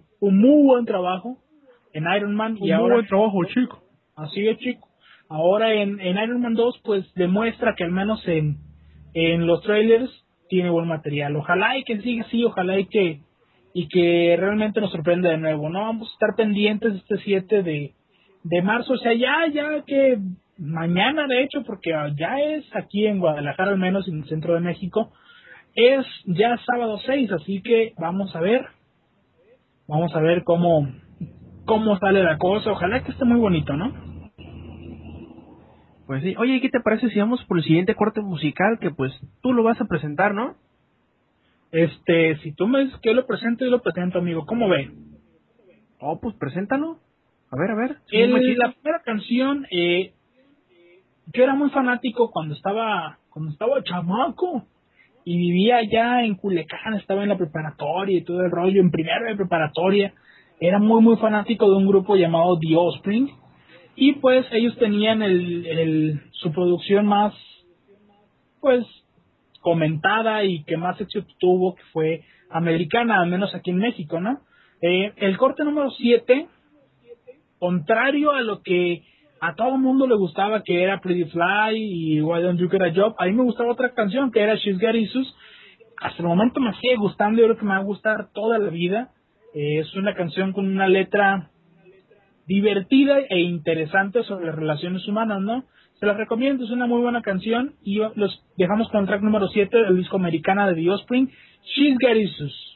Iron Man, y ahora... Muy buen trabajo, chico. Así es, chico. Ahora en Iron Man 2, pues demuestra que al menos en los trailers tiene buen material. Ojalá y que siga así, ojalá y y que realmente nos sorprende de nuevo, ¿no? Vamos a estar pendientes este 7 de marzo, o sea, ya que mañana, de hecho, porque ya es aquí en Guadalajara, al menos en el centro de México, es ya sábado 6, así que vamos a ver cómo sale la cosa. Ojalá que esté muy bonito, ¿no? Pues sí. Oye, ¿qué te parece si vamos por el siguiente corte musical? Que pues tú lo vas a presentar, ¿no? Si tú me dices que yo lo presento, amigo. ¿Cómo ve? Oh, pues preséntalo. A ver. La primera canción, yo era muy fanático cuando estaba chamaco y vivía allá en Culiacán, estaba en la preparatoria y todo el rollo, en primero de preparatoria. Era muy, muy fanático de un grupo llamado The Offspring. Y pues ellos tenían su producción más, pues, comentada y que más éxito tuvo, que fue Americana, al menos aquí en México, ¿no? El corte número 7, contrario a lo que a todo el mundo le gustaba, que era Pretty Fly y Why Don't You Get a Job, a mí me gustaba otra canción, que era She's Got Issues. Hasta el momento me sigue gustando, yo creo que me va a gustar toda la vida. Es una canción con una letra divertida e interesante sobre las relaciones humanas, ¿no? Se las recomiendo, es una muy buena canción y los dejamos con el track número 7 del disco Americana de The Offspring, She's Got Issues.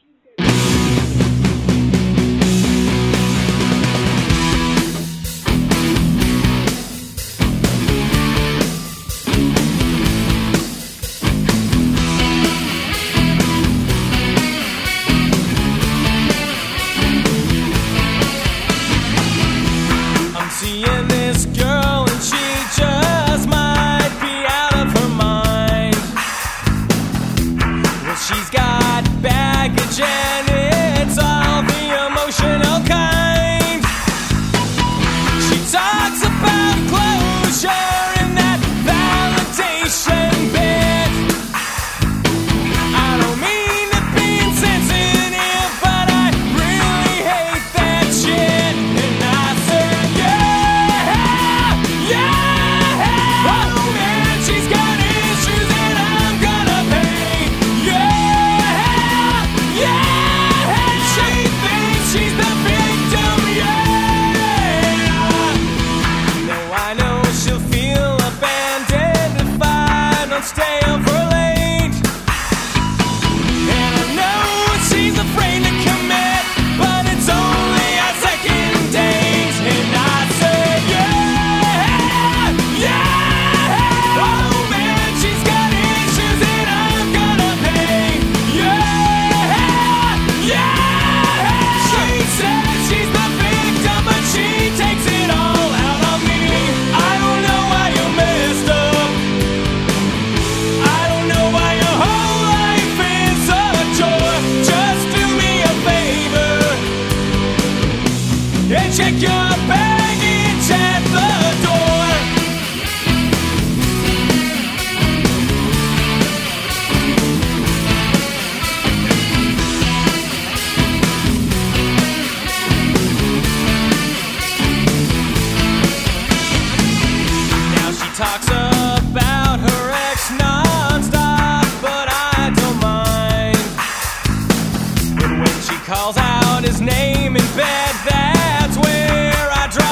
Calls out his name in bed, that's where I drop.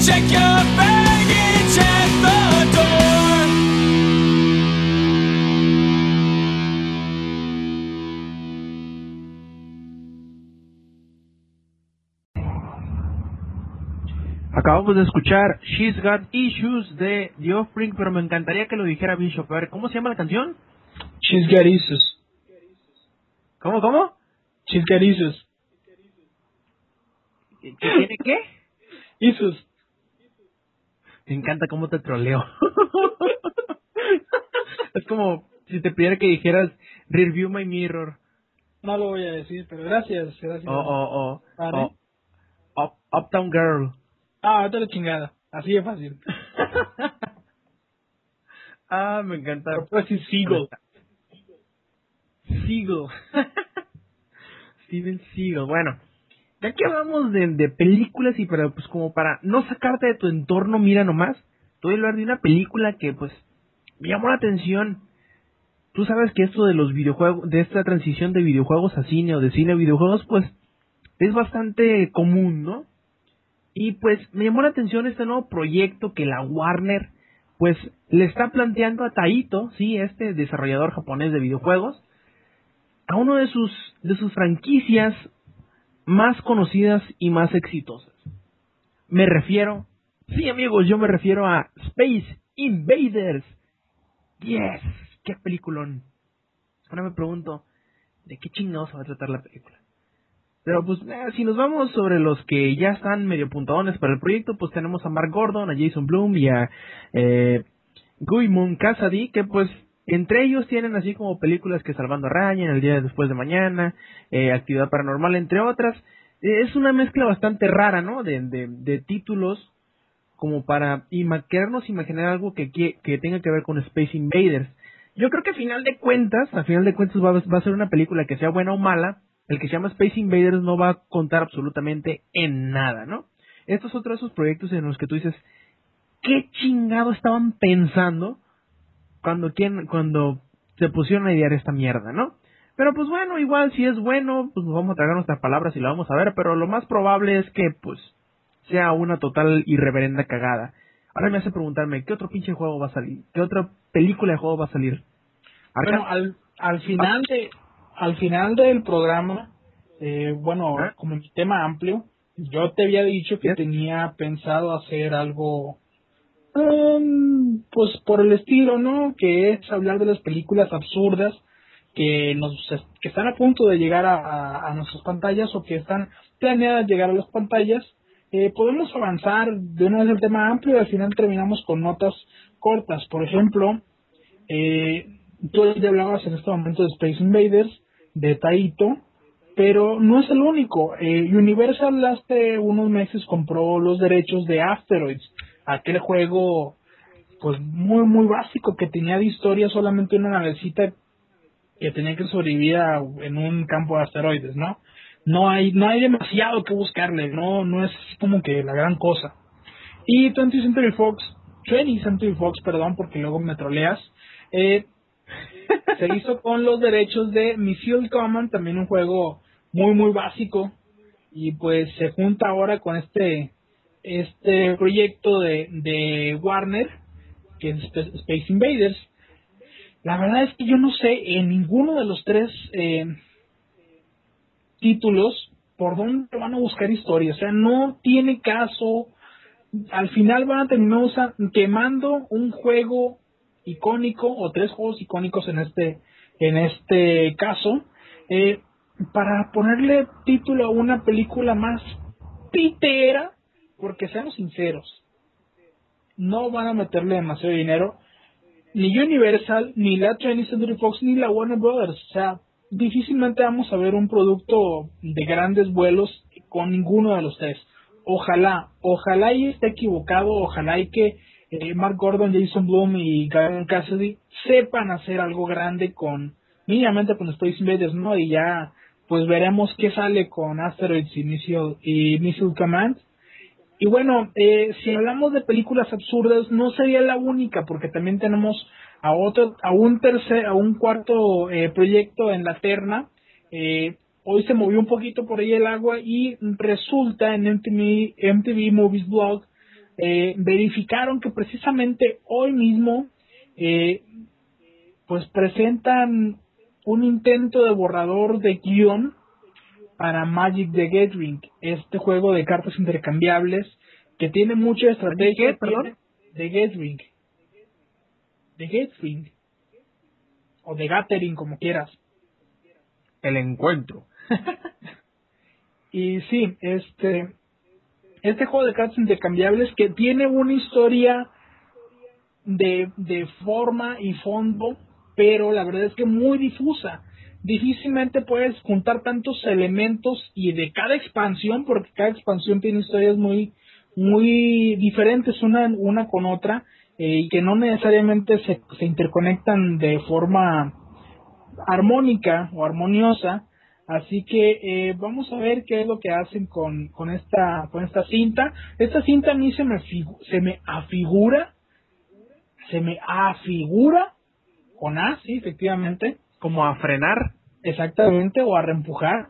check your baggage at the door. Acabamos de escuchar She's Got Issues de The Offspring, pero me encantaría que lo dijera Bishop. A ver, ¿cómo se llama la canción? She's got issues. ¿Cómo? She's got issues. ¿Qué tiene qué? Issues. Me encanta cómo te troleo. Es como si te pidiera que dijeras Review My Mirror. No lo voy a decir, pero gracias. ¿Vale? Uptown Girl. Vete a la chingada. Así de fácil. Me encanta. Pero puedes decir Seagull. Seagull. Steven Seagal. Bueno, ya que hablamos de películas y pues como para no sacarte de tu entorno, mira nomás, te voy a hablar de una película que pues me llamó la atención. Tú sabes que esto de los videojuegos, de esta transición de videojuegos a cine o de cine a videojuegos, pues es bastante común, ¿no? Y pues me llamó la atención este nuevo proyecto que la Warner pues le está planteando a Taito, sí, este desarrollador japonés de videojuegos, a uno de sus franquicias más conocidas y más exitosas. Me refiero, sí amigos, yo me refiero a Space Invaders. Yes, qué peliculón. Ahora me pregunto, ¿de qué chingados va a tratar la película? Pero pues si nos vamos sobre los que ya están medio puntadones para el proyecto, pues tenemos a Mark Gordon, a Jason Blum y a Guillermo Casady, que pues entre ellos tienen así como películas que Salvando a Ryan, El día después de mañana, Actividad Paranormal, entre otras. Es una mezcla bastante rara, ¿no? De títulos como para querernos imaginar algo que tenga que ver con Space Invaders. Yo creo que a final de cuentas va a ser una película que sea buena o mala. El que se llama Space Invaders no va a contar absolutamente en nada, ¿no? Estos son otros esos proyectos en los que tú dices, ¿qué chingado estaban pensando cuando se pusieron a idear esta mierda, ¿no? Pero pues bueno, igual si es bueno, pues nos vamos a tragar nuestras palabras y la vamos a ver, pero lo más probable es que pues sea una total y reverenda cagada. Ahora me hace preguntarme, ¿qué otro pinche juego va a salir? ¿Qué otra película de juego va a salir? Bueno, al final del programa, ¿Ah? como mi tema amplio, yo te había dicho que ¿Yes? tenía pensado hacer algo, pues por el estilo, ¿no? Que es hablar de las películas absurdas que están a punto de llegar a nuestras pantallas o que están planeadas llegar a las pantallas. Podemos avanzar de una vez el tema amplio y al final terminamos con notas cortas. Por ejemplo, tú ya hablabas en este momento de Space Invaders, de Taito, pero no es el único. Universal hace unos meses compró los derechos de Asteroids, aquel juego pues muy muy básico que tenía de historia solamente una navecita que tenía que sobrevivir en un campo de asteroides, ¿no? No hay demasiado que buscarle, no es como que la gran cosa. Y 20th Century Fox, perdón, porque luego me troleas, se hizo con los derechos de Missile Command, también un juego muy muy básico, y pues se junta ahora con este proyecto de Warner, que es Space Invaders. La verdad es que yo no sé en ninguno de los tres títulos por dónde van a buscar historia. O sea, no tiene caso. Al final van a terminar quemando un juego icónico o tres juegos icónicos en este caso, para ponerle título a una película más pitera, porque seamos sinceros, no van a meterle demasiado dinero. Ni Universal, ni la 20th Century Fox, ni la Warner Brothers. O sea, difícilmente vamos a ver un producto de grandes vuelos con ninguno de los tres. Ojalá y esté equivocado, ojalá y que Mark Gordon, Jason Blum y Gavin Cassidy sepan hacer algo grande mínimamente con Space Invaders, ¿no? Y ya, pues veremos qué sale con Asteroids y Missile Command. Y bueno, si hablamos de películas absurdas, no sería la única, porque también tenemos a un cuarto proyecto en la terna. Hoy se movió un poquito por ahí el agua y resulta en MTV Movies Blog, verificaron que precisamente hoy mismo pues presentan un intento de borrador de guión para Magic the Gathering, este juego de cartas intercambiables que tiene mucha estrategia. ¿Qué? Perdón. The Gathering. The Gathering. O The Gathering, como quieras. El encuentro. Y sí, este juego de cartas intercambiables que tiene una historia de forma y fondo, pero la verdad es que muy difusa. Difícilmente puedes juntar tantos elementos y de cada expansión, porque cada expansión tiene historias muy muy diferentes una con otra, y que no necesariamente se interconectan de forma armónica o armoniosa. Así que vamos a ver qué es lo que hacen con esta cinta. Esta cinta a mí se me afigura con A, sí, efectivamente, Como a frenar. exactamente, o a reempujar.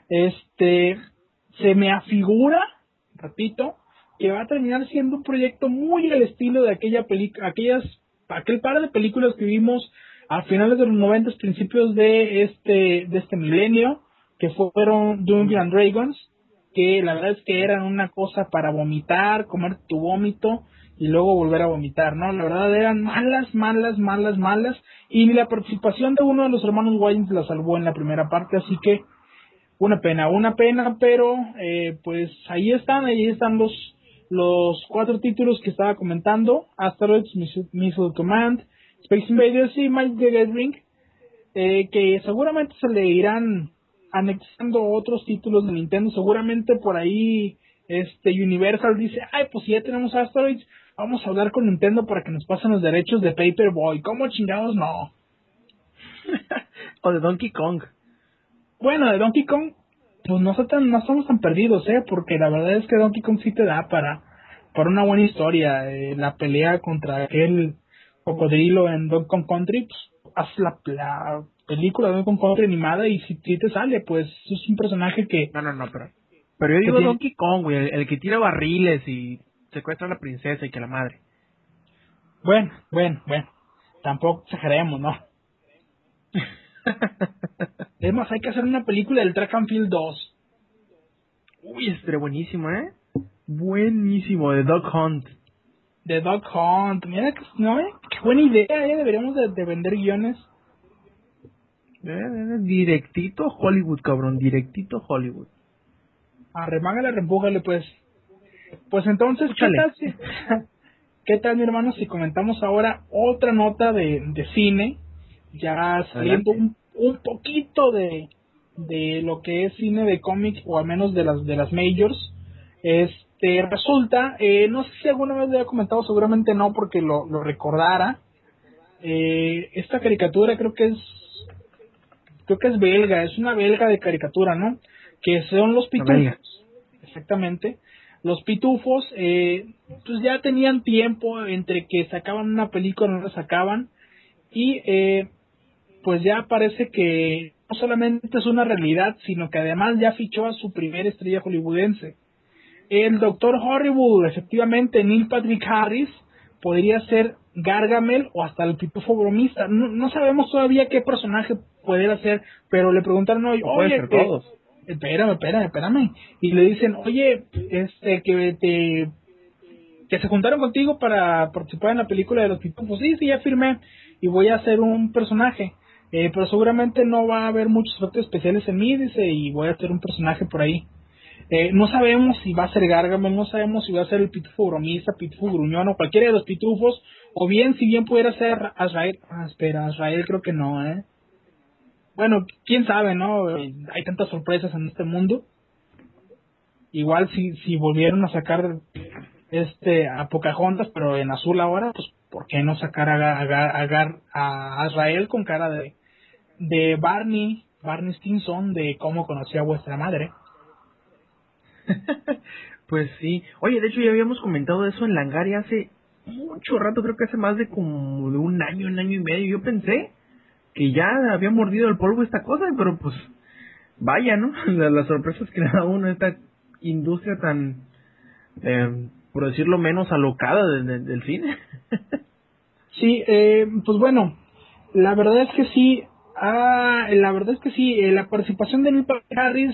Se me afigura, repito, que va a terminar siendo un proyecto muy al estilo de aquel par de películas que vimos a finales de los 90, principios de este milenio, que fueron Dungeons and Dragons, que la verdad es que eran una cosa para vomitar, comer tu vómito y luego volver a vomitar, ¿no? La verdad eran malas, y la participación de uno de los hermanos Wayans la salvó en la primera parte, así que una pena, pero pues ahí están los 4 títulos que estaba comentando: Asteroids, Missile Command, Space Invaders y Magic the Gathering, que seguramente se le irán anexando otros títulos de Nintendo. Seguramente por ahí Universal dice, ay, pues si ya tenemos Asteroids, vamos a hablar con Nintendo para que nos pasen los derechos de Paperboy. ¿Cómo chingados no? O de Donkey Kong. Bueno, de Donkey Kong, pues no estamos tan perdidos, porque la verdad es que Donkey Kong sí te da para una buena historia. La pelea contra aquel cocodrilo en Donkey Kong Country, pues haz la película de Donkey Kong Country animada y si te sale, pues es un personaje que... No, pero yo digo Donkey Kong, güey, el que tira barriles y secuestra a la princesa y que la madre. Bueno, tampoco exageremos, ¿no? Es más, hay que hacer una película del Track and Field 2. Uy, estaría buenísimo, ¿eh? Buenísimo, de Dog Hunt. De Dog Hunt, mira que no, qué buena idea, deberíamos de vender guiones. Directito Hollywood, cabrón, directito Hollywood. Arremángale, reempújale, pues. Pues entonces, ¿qué tal, mi hermano, si comentamos ahora otra nota de cine? Ya saliendo un poquito de lo que es cine de cómic, o al menos de las majors. Resulta, no sé si alguna vez le había comentado, seguramente no, porque lo recordara. Esta caricatura creo que es belga, es una belga de caricatura, ¿no? Que son los Pitufos. Exactamente. Los Pitufos, pues ya tenían tiempo entre que sacaban una película y no la sacaban, y pues ya parece que no solamente es una realidad, sino que además ya fichó a su primera estrella hollywoodense. El Doctor Horrible, efectivamente, Neil Patrick Harris, podría ser Gargamel o hasta el Pitufo bromista. No sabemos todavía qué personaje puede ser, pero le preguntaron hoy, oye, todos. Espérame. Y le dicen, oye, que se juntaron contigo para participar en la película de los Pitufos. Sí, ya firmé y voy a hacer un personaje. Pero seguramente no va a haber muchos efectos especiales en mí, dice, y voy a hacer un personaje por ahí. No sabemos si va a ser Gargamel, no sabemos si va a ser el Pitufo bromista, Pitufo gruñón o cualquiera de los Pitufos, o bien si bien pudiera ser Azrael. Azrael creo que no, Bueno, quién sabe, ¿no? Hay tantas sorpresas en este mundo. Igual si volvieron a sacar a Pocahontas, pero en azul ahora, pues ¿por qué no sacar a Azrael con cara de Barney Stinson de Cómo conocí a vuestra madre? Pues sí. Oye, de hecho ya habíamos comentado eso en Langaria hace mucho rato, creo que hace más de como de un año y medio. Yo pensé que ya había mordido el polvo esta cosa, pero pues vaya, ¿no? Las sorpresas que le da uno a esta industria tan por decirlo menos, alocada del cine. Sí, pues bueno, la verdad es que sí, la participación de Neil Patrick Harris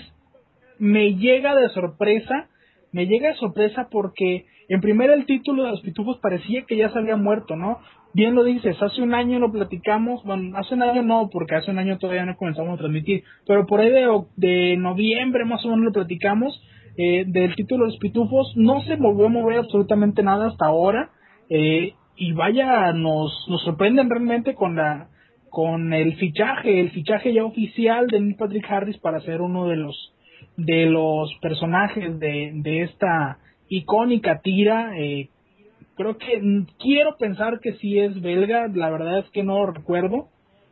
me llega de sorpresa porque en primera el título de Los Pitufos parecía que ya se había muerto, ¿no? Bien lo dices, hace un año lo platicamos, bueno, hace un año no, porque hace un año todavía no comenzamos a transmitir, pero por ahí de noviembre más o menos lo platicamos, del título de Los Pitufos, no se volvió a mover absolutamente nada hasta ahora, y vaya, nos sorprenden realmente con el fichaje ya oficial de Neil Patrick Harris para ser uno de los personajes de esta icónica tira. Creo que quiero pensar que sí es belga, la verdad es que no lo recuerdo.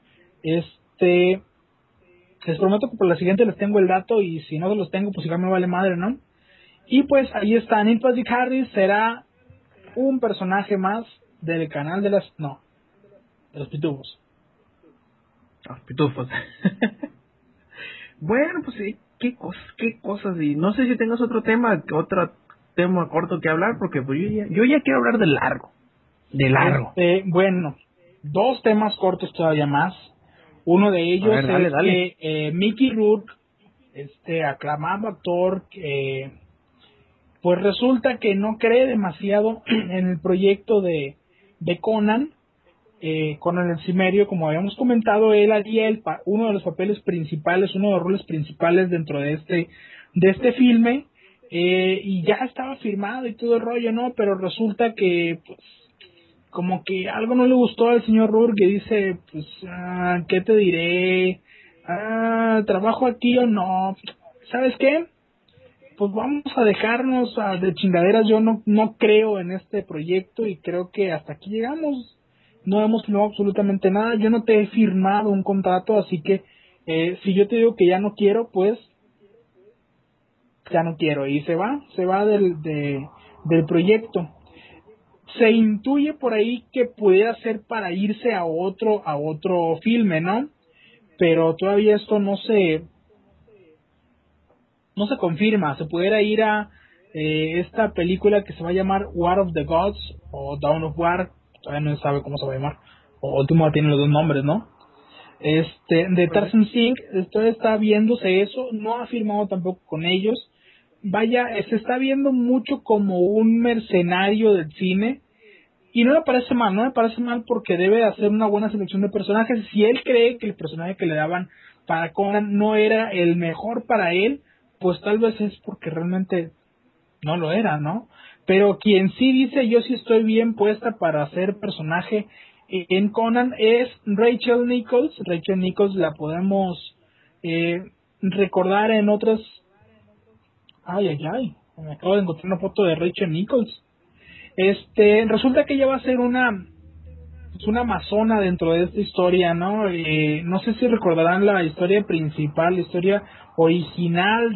Les prometo que por la siguiente les tengo el dato y si no se los tengo pues igual me vale madre, ¿no? Y pues ahí está, Neil Patrick Harris será un personaje más del canal de los Pitufos. Los Pitufos. Bueno, pues sí, qué cosas, y no sé si tengas otro tema corto que hablar, porque pues yo ya quiero hablar de largo. Bueno, dos temas cortos todavía más. Uno de ellos dale. que Mickey Rourke, aclamado actor, pues resulta que no cree demasiado en el proyecto de Conan. Conan el Cimerio, como habíamos comentado, él haría uno de los papeles principales, uno de los roles principales dentro de este filme, y ya estaba firmado y todo el rollo, ¿no? Pero resulta que, pues, como que algo no le gustó al señor Rourke, que dice, pues, ¿qué te diré? ¿Trabajo aquí o no? ¿Sabes qué? Pues vamos a dejarnos de chingaderas. Yo no creo en este proyecto y creo que hasta aquí llegamos. No hemos firmado absolutamente nada. Yo no te he firmado un contrato, así que si yo te digo que ya no quiero, pues ya no quiero. Y se va del proyecto. Se intuye por ahí que pudiera ser para irse a otro filme, ¿no? Pero todavía esto no se confirma. Se pudiera ir a esta película que se va a llamar War of the Gods o Dawn of War, todavía no se sabe cómo se va a llamar, o último tiene los dos nombres, ¿no? De Tarzan Singh, todavía está viéndose eso, no ha firmado tampoco con ellos. Vaya, se está viendo mucho como un mercenario del cine. Y no me parece mal porque debe hacer una buena selección de personajes. Si él cree que el personaje que le daban para Conan no era el mejor para él, pues tal vez es porque realmente no lo era, ¿no? Pero quien sí dice yo sí estoy bien puesta para hacer personaje en Conan es Rachel Nichols. Rachel Nichols la podemos recordar en otras... Ay, me acabo de encontrar una foto de Rachel Nichols. Resulta que ella va a ser una amazona dentro de esta historia, ¿no? No sé si recordarán la historia principal, la historia original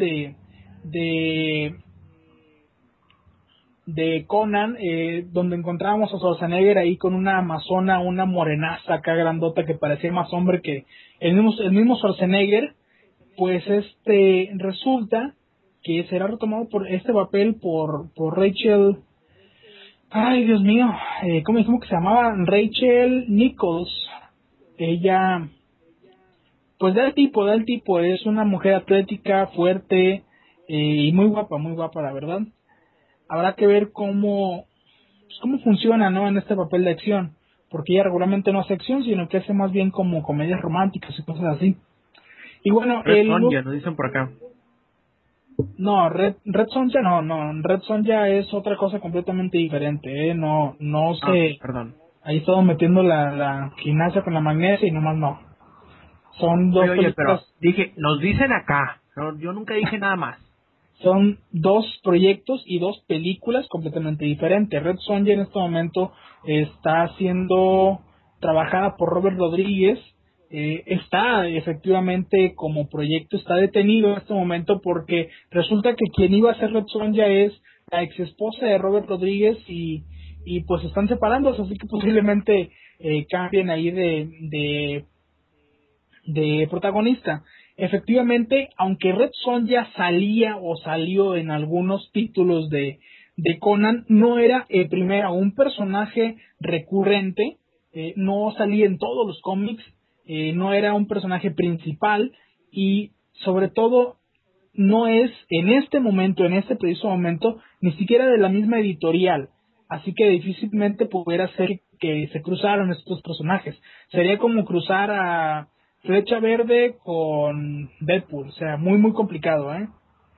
de Conan, donde encontrábamos a Schwarzenegger ahí con una amazona, una morenaza acá grandota que parecía más hombre que el mismo Schwarzenegger. Pues resulta que será retomado por este papel por Rachel. Ay, Dios mío, ¿cómo dijimos que se llamaba? Rachel Nichols. Ella, pues da el tipo, es una mujer atlética, fuerte, y muy guapa, la verdad. Habrá que ver cómo funciona, ¿no? En este papel de acción, porque ella regularmente no hace acción, sino que hace más bien como comedias románticas y cosas así. Y bueno, Red Sonja, nos dicen por acá. No, Red Sonja no, Red Sonja es otra cosa completamente diferente, no sé, perdón. ahí estamos metiendo la gimnasia con la magnesia y nomás no. Son dos Oye, pero películas, dije, nos dicen acá, no, yo nunca dije nada más. son dos proyectos y dos películas completamente diferentes. Red Sonja en este momento está siendo trabajada por Robert Rodríguez. Está efectivamente como proyecto, está detenido en este momento porque resulta que quien iba a ser Red Sonja es la ex esposa de Robert Rodríguez y pues están separándose, así que posiblemente cambien ahí de protagonista. Efectivamente, aunque Red Sonja salía o salió en algunos títulos de de Conan no era, primero, un personaje recurrente, no salía en todos los cómics, no era un personaje principal y sobre todo no es en este momento, en este preciso momento, ni siquiera de la misma editorial, así que difícilmente pudiera ser que se cruzaran estos personajes. Sería como cruzar a Flecha Verde con Deadpool, o sea, muy muy complicado, ¿eh?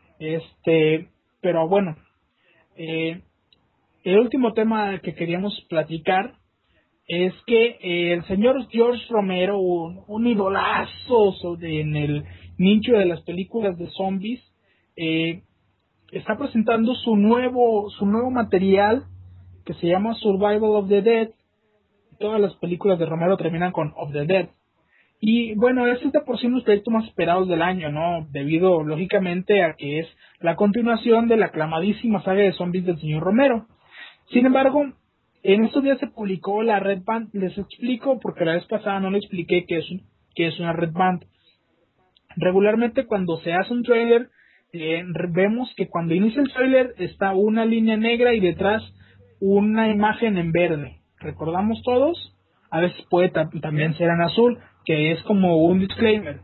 Pero bueno, eh, el último tema que queríamos platicar es que el señor George Romero, un idolazo en el nicho de las películas de zombies, eh, está presentando su nuevo material que se llama Survival of the Dead. Todas las películas de Romero terminan con of the Dead. Y bueno, este es de por sí uno de los proyectos más esperados del año, ¿no? Debido, lógicamente, a que es la continuación de la aclamadísima saga de zombies del señor Romero. Sin embargo, en estos días se publicó la Red Band. Les explico, porque la vez pasada no le expliqué qué es una Red Band. Regularmente cuando se hace un trailer, vemos que cuando inicia el trailer está una línea negra y detrás una imagen en verde. ¿Recordamos todos? A veces puede también ser en azul, que es como un disclaimer.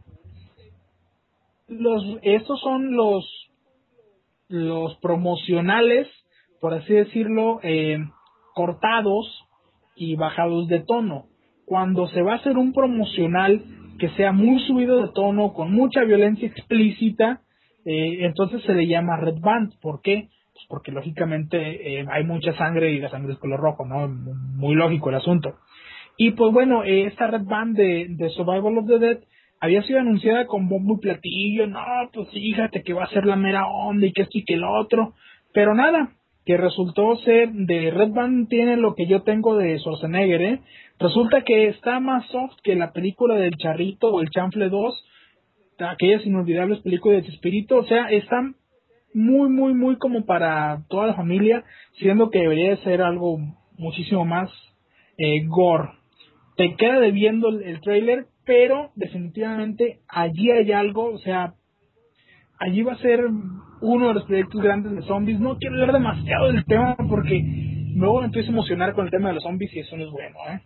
Estos son los promocionales, por así decirlo, cortados y bajados de tono. Cuando se va a hacer un promocional que sea muy subido de tono, con mucha violencia explícita, entonces se le llama Red Band. ¿Por qué? Pues porque lógicamente hay mucha sangre y la sangre es color rojo, ¿no? Muy lógico el asunto. Y pues bueno, esta Red Band de Survival of the Dead había sido anunciada con bombo y platillo. No, pues fíjate que va a ser la mera onda y que esto y que el otro. Pero nada, que resultó ser de Red Band tiene lo que yo tengo de Schwarzenegger, ¿eh? Resulta que está más soft que la película del Charrito o el Chanfle 2, aquellas inolvidables películas de Chespirito. O sea, están muy, muy, muy como para toda la familia, siendo que debería de ser algo muchísimo más gore. Te queda debiendo el trailer, pero definitivamente allí hay algo, o sea, allí va a ser uno de los proyectos grandes de zombies. No quiero hablar demasiado del tema porque luego me empiezo a emocionar con el tema de los zombies y eso no es bueno, ¿eh?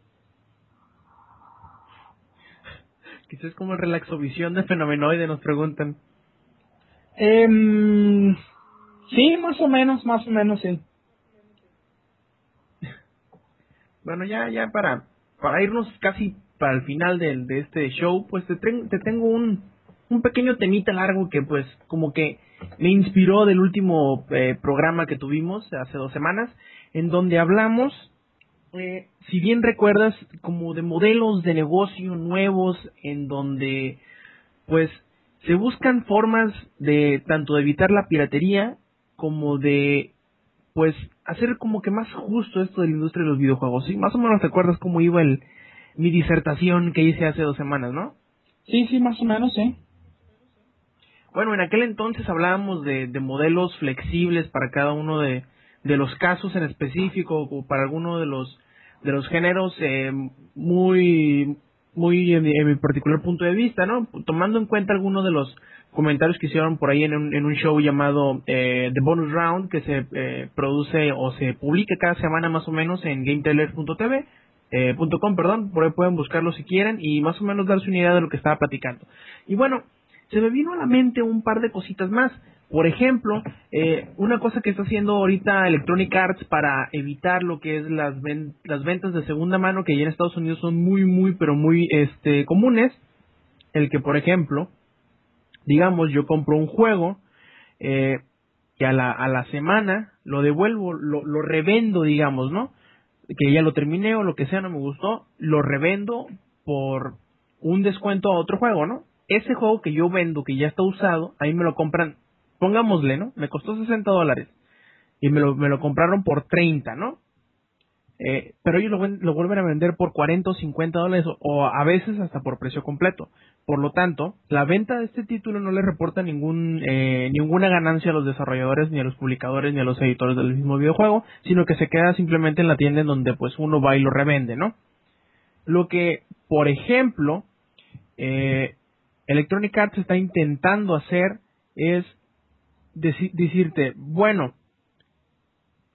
Quizás es como el relaxovisión de Fenomenoide, nos preguntan. Sí, más o menos, sí. Bueno, ya para irnos casi para el final de este show, pues te tengo un pequeño temita largo que pues como que me inspiró del último programa que tuvimos hace 2 semanas, en donde hablamos, si bien recuerdas, como de modelos de negocio nuevos, en donde pues se buscan formas de tanto de evitar la piratería como de pues hacer como que más justo esto de la industria de los videojuegos. ¿Sí? Más o menos te acuerdas cómo iba mi disertación que hice hace 2 semanas, ¿no? Sí, más o menos, sí. Bueno, en aquel entonces hablábamos de modelos flexibles para cada uno de los casos en específico, o para alguno de los géneros, muy en mi particular punto de vista, ¿no? Tomando en cuenta algunos de los comentarios que hicieron por ahí en un show llamado The Bonus Round, que se produce o se publica cada semana más o menos en GameTailor.tv, .com, perdón, por ahí pueden buscarlo si quieren y más o menos darse una idea de lo que estaba platicando. Y bueno, se me vino a la mente un par de cositas más. Por ejemplo, una cosa que está haciendo ahorita Electronic Arts para evitar lo que es las ventas de segunda mano, que ya en Estados Unidos son muy comunes. El que, por ejemplo, digamos, yo compro un juego que a la semana lo devuelvo, lo revendo, digamos, ¿no? Que ya lo terminé o lo que sea, no me gustó, lo revendo por un descuento a otro juego, ¿no? Ese juego que yo vendo, que ya está usado, ahí me lo compran, pongámosle, ¿no? Me costó $60 y me lo compraron por 30, ¿no? Pero ellos lo vuelven a vender por $40 o $50 o a veces hasta por precio completo. Por lo tanto, la venta de este título no le reporta ninguna ganancia a los desarrolladores, ni a los publicadores, ni a los editores del mismo videojuego, sino que se queda simplemente en la tienda en donde pues uno va y lo revende, ¿no? Lo que, por ejemplo, Electronic Arts está intentando hacer es decirte, bueno,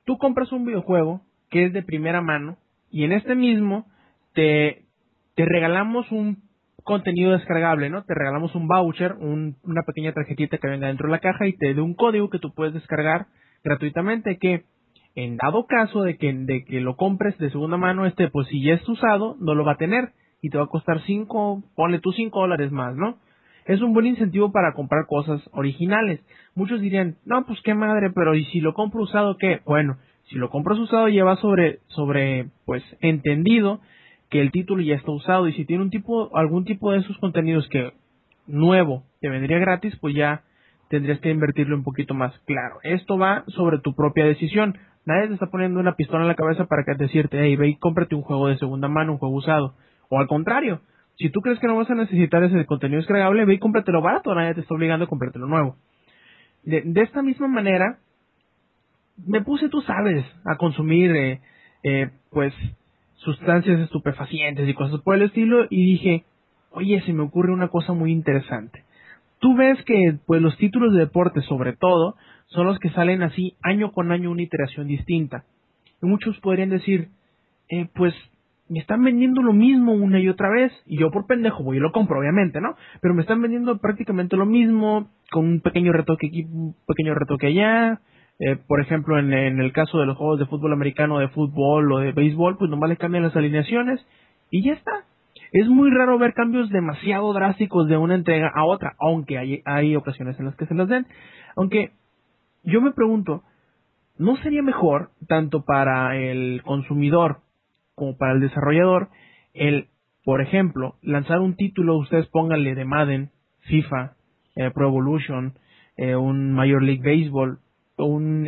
tú compras un videojuego que es de primera mano y en este mismo te regalamos un contenido descargable, ¿no? Te regalamos un voucher, una pequeña tarjetita que venga dentro de la caja y te dé un código que tú puedes descargar gratuitamente, que en dado caso de que lo compres de segunda mano, pues si ya es usado, no lo va a tener y te va a costar ponle tú $5 más, ¿no? Es un buen incentivo para comprar cosas originales. Muchos dirían, no, pues qué madre, pero ¿y si lo compro usado qué? Bueno, si lo compras usado lleva pues, entendido que el título ya está usado, y si tiene algún tipo de esos contenidos que nuevo te vendría gratis, pues ya tendrías que invertirle un poquito más. Claro, esto va sobre tu propia decisión. Nadie te está poniendo una pistola en la cabeza para que decirte, hey, ve y cómprate un juego de segunda mano, un juego usado. O al contrario, si tú crees que no vas a necesitar ese contenido descargable, ve y cómpratelo barato, nadie te está obligando a comprártelo nuevo. De esta misma manera, me puse, tú sabes, a consumir, pues, sustancias estupefacientes y cosas por el estilo, y dije, oye, se me ocurre una cosa muy interesante. Tú ves que, pues, los títulos de deporte, sobre todo, son los que salen así, año con año, una iteración distinta. Y muchos podrían decir, pues, me están vendiendo lo mismo una y otra vez, y yo por pendejo voy y lo compro, obviamente, ¿no? Pero me están vendiendo prácticamente lo mismo, con un pequeño retoque aquí, un pequeño retoque allá. Por ejemplo, en el caso de los juegos de fútbol americano, de fútbol o de béisbol, pues nomás le cambian las alineaciones y ya está. Es muy raro ver cambios demasiado drásticos de una entrega a otra, aunque hay ocasiones en las que se las den. Aunque yo me pregunto, ¿no sería mejor, tanto para el consumidor como para el desarrollador, por ejemplo, lanzar un título, ustedes pónganle de Madden, FIFA, Pro Evolution, un Major League Baseball, un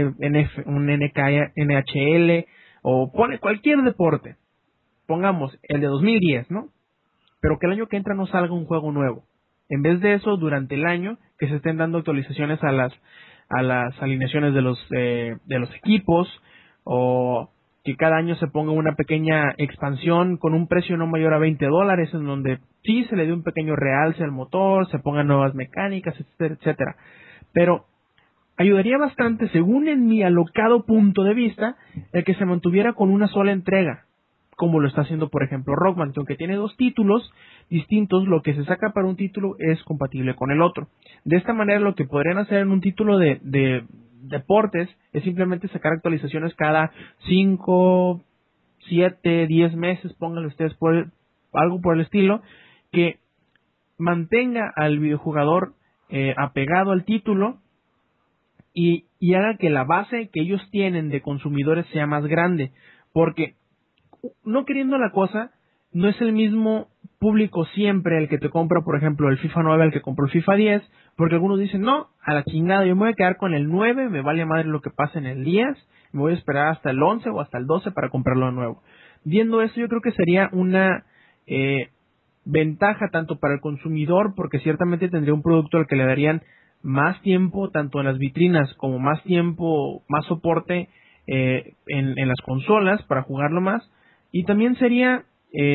NHL, o pone cualquier deporte, pongamos el de 2010, ¿no? Pero que el año que entra no salga un juego nuevo. En vez de eso, durante el año, que se estén dando actualizaciones a las alineaciones de los equipos, o que cada año se ponga una pequeña expansión con un precio no mayor a $20, en donde sí se le dé un pequeño realce al motor, se pongan nuevas mecánicas, etcétera, etcétera. Pero ayudaría bastante, según en mi alocado punto de vista, el que se mantuviera con una sola entrega, como lo está haciendo, por ejemplo, Rock Band, que aunque tiene 2 títulos distintos, lo que se saca para un título es compatible con el otro. De esta manera, lo que podrían hacer en un título de deportes es simplemente sacar actualizaciones cada 5, 7, 10 meses, pónganle ustedes algo por el estilo, que mantenga al videojugador apegado al título y haga que la base que ellos tienen de consumidores sea más grande, porque no queriendo la cosa, no es el mismo público siempre el que te compra, por ejemplo, el FIFA 9 al que compró el FIFA 10, porque algunos dicen, no, a la chingada, yo me voy a quedar con el 9, me vale madre lo que pase en el 10, me voy a esperar hasta el 11 o hasta el 12 para comprarlo de nuevo. Viendo eso, yo creo que sería una ventaja tanto para el consumidor, porque ciertamente tendría un producto al que le darían más tiempo, tanto en las vitrinas como más tiempo, más soporte en las consolas para jugarlo más, y también sería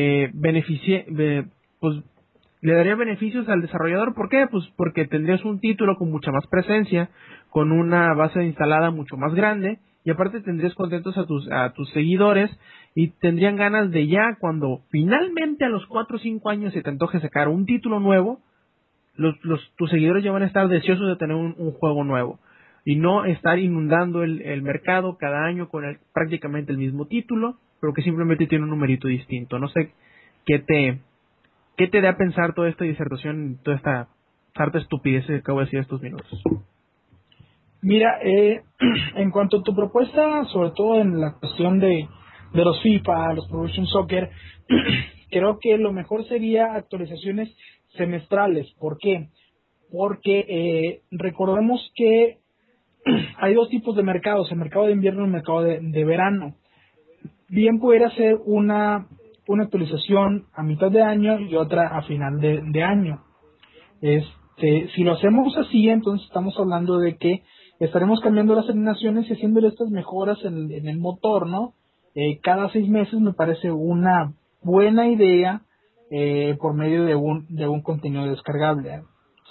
pues le daría beneficios al desarrollador. ¿Por qué? Pues porque tendrías un título con mucha más presencia, con una base instalada mucho más grande, y aparte tendrías contentos a tus seguidores, y tendrían ganas de, ya cuando finalmente a los 4 o 5 años se te antoje sacar un título nuevo, tus seguidores ya van a estar deseosos de tener un juego nuevo, y no estar inundando el mercado cada año con prácticamente el mismo título, pero que simplemente tiene un numerito distinto. No sé qué te da a pensar toda esta disertación, toda esta harta estupidez que acabo de decir estos minutos. Mira, en cuanto a tu propuesta, sobre todo en la cuestión de los FIFA, los Pro Evolution Soccer, creo que lo mejor sería actualizaciones semestrales. ¿Por qué? Porque recordemos que hay 2 tipos de mercados, el mercado de invierno y el mercado de verano. Bien pudiera ser una actualización a mitad de año y otra a final de año. Si lo hacemos así, entonces estamos hablando de que estaremos cambiando las alineaciones y haciéndole estas mejoras en el motor, ¿no? Cada 6 meses me parece una buena idea por medio de un contenido descargable.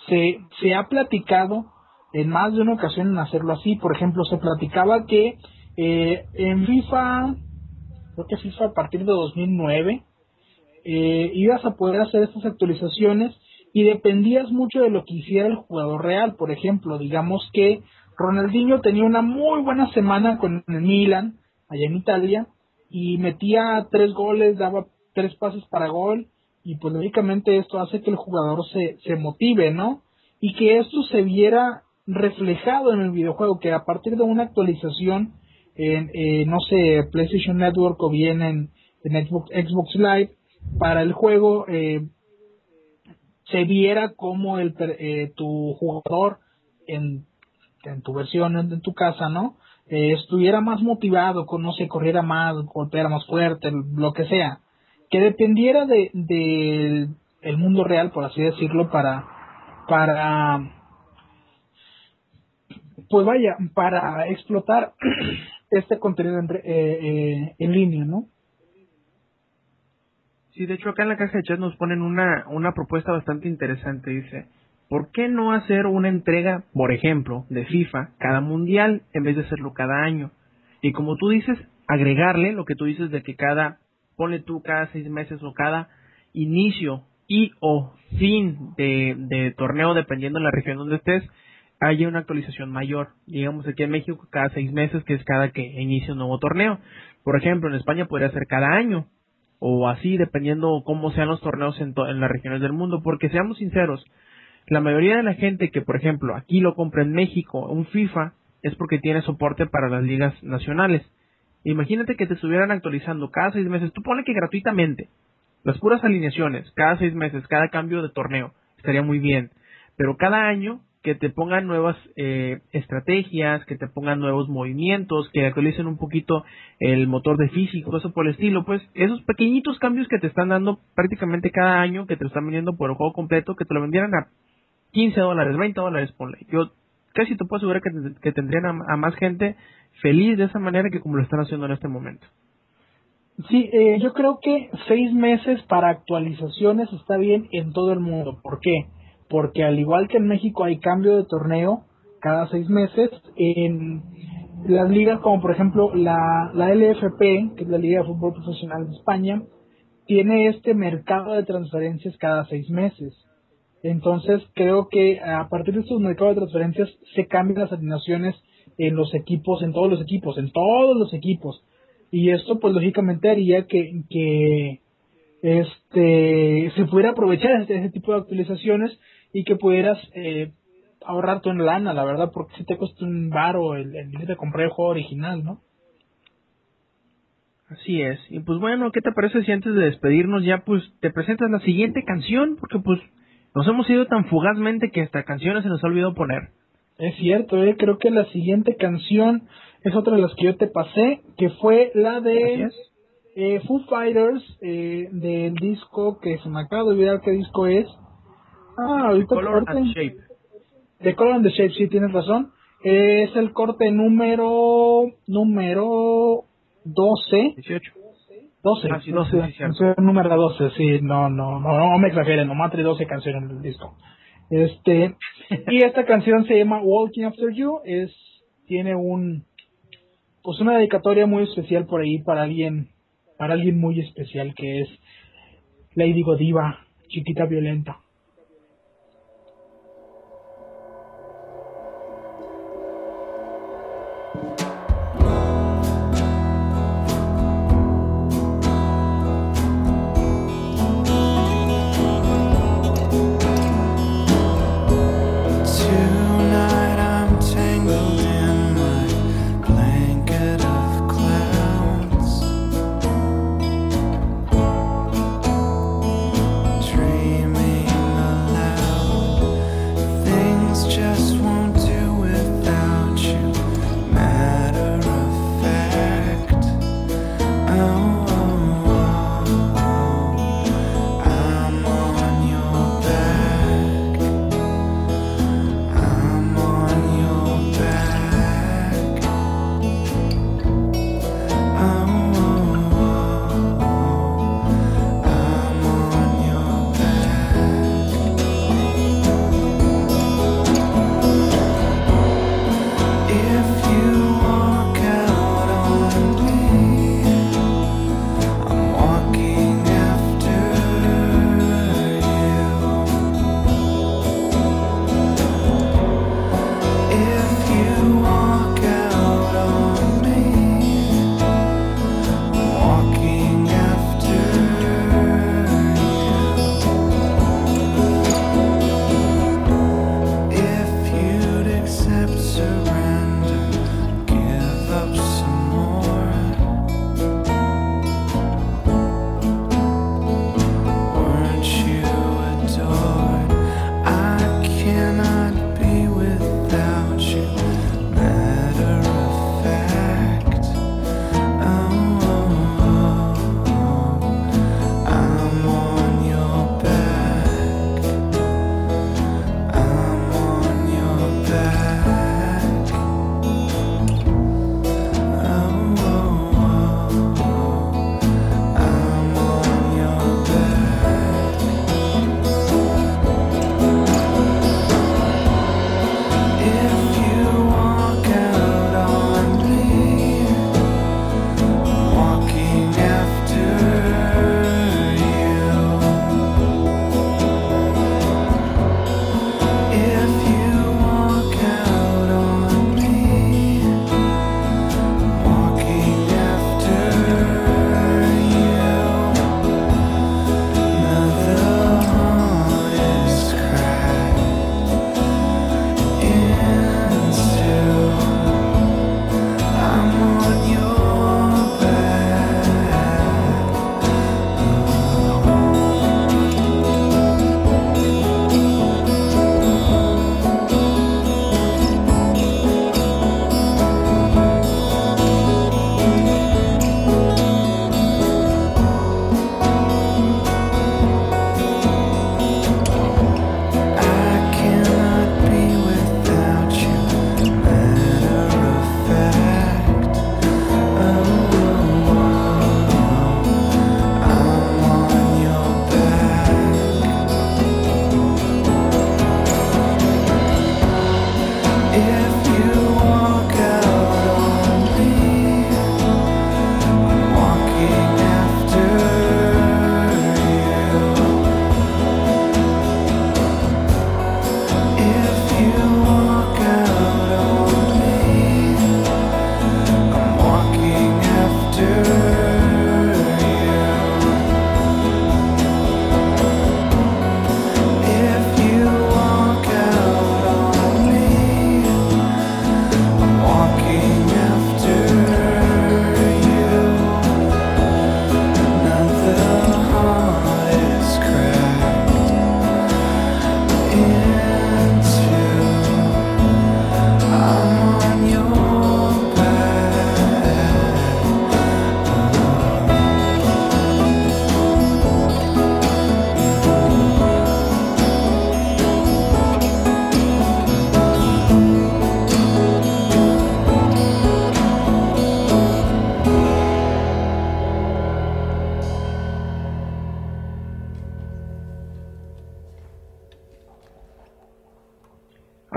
Se ha platicado en más de una ocasión en hacerlo así. Por ejemplo, se platicaba que En FIFA, creo que FIFA a partir de 2009, ibas a poder hacer estas actualizaciones y dependías mucho de lo que hiciera el jugador real. Por ejemplo, digamos que Ronaldinho tenía una muy buena semana con el Milan, allá en Italia, y metía 3 goles, daba 3 pases para gol, y pues lógicamente esto hace que el jugador se motive, ¿no? Y que esto se viera reflejado en el videojuego, que a partir de una actualización en, no sé, PlayStation Network o bien en Xbox Live, para el juego se viera como tu jugador en tu versión, en tu casa, ¿no? Estuviera más motivado, no sé, corriera más, golpeara más fuerte, lo que sea, que dependiera de el mundo real, por así decirlo, para pues vaya, para explotar este contenido en línea, ¿no? Sí, de hecho acá en la caja de chat nos ponen una propuesta bastante interesante. Dice, ¿por qué no hacer una entrega, por ejemplo, de FIFA cada mundial en vez de hacerlo cada año? Y como tú dices, agregarle lo que tú dices de que ponle tú cada 6 meses o cada inicio y o fin de torneo, dependiendo de la región donde estés, haya una actualización mayor. Digamos aquí en México cada 6 meses, que es cada que inicia un nuevo torneo. Por ejemplo, en España podría ser cada año, o así, dependiendo cómo sean los torneos en las regiones del mundo, porque seamos sinceros, la mayoría de la gente que, por ejemplo, aquí lo compra en México, un FIFA, es porque tiene soporte para las ligas nacionales. Imagínate que te estuvieran actualizando cada 6 meses, tú ponle que gratuitamente, las puras alineaciones, cada 6 meses, cada cambio de torneo, estaría muy bien, pero cada año que te pongan nuevas estrategias, que te pongan nuevos movimientos, que actualicen un poquito el motor de físico, eso por el estilo, pues esos pequeñitos cambios que te están dando prácticamente cada año, que te lo están vendiendo por el juego completo, que te lo vendieran a $15, $20, ponle. Yo casi te puedo asegurar que tendrían a más gente feliz de esa manera que como lo están haciendo en este momento. Sí, yo creo que 6 meses para actualizaciones está bien en todo el mundo. ¿Por qué? Porque al igual que en México hay cambio de torneo cada 6 meses, en las ligas como por ejemplo la LFP, que es la Liga de Fútbol Profesional de España, tiene este mercado de transferencias cada 6 meses. Entonces creo que a partir de estos mercados de transferencias se cambian las alineaciones en los equipos, en todos los equipos. Y esto pues lógicamente haría que se pudiera aprovechar ese tipo de actualizaciones y que pudieras ahorrar tu lana, la verdad, porque si te cuesta un varo el irte a comprar el juego original, ¿no? Así es. Y pues bueno, ¿qué te parece si antes de despedirnos ya pues te presentas la siguiente canción? Porque pues nos hemos ido tan fugazmente que hasta canciones se nos ha olvidado poner. Es cierto, creo que la siguiente canción es otra de las que yo te pasé, que fue la de Foo Fighters, del disco que se me acaba de olvidar qué disco es. Ahorita Color and Shape. The Color and the Shape, sí, tienes razón. Es el corte número 12. 18. 12. Ah, sí, 12, sí, cierto. Número 12, sí, no me exageren, nomás trae 12 canciones en el disco. Y esta canción se llama Walking After You, tiene una dedicatoria muy especial por ahí para alguien muy especial, que es Lady Godiva, chiquita violenta. Just won't do without you.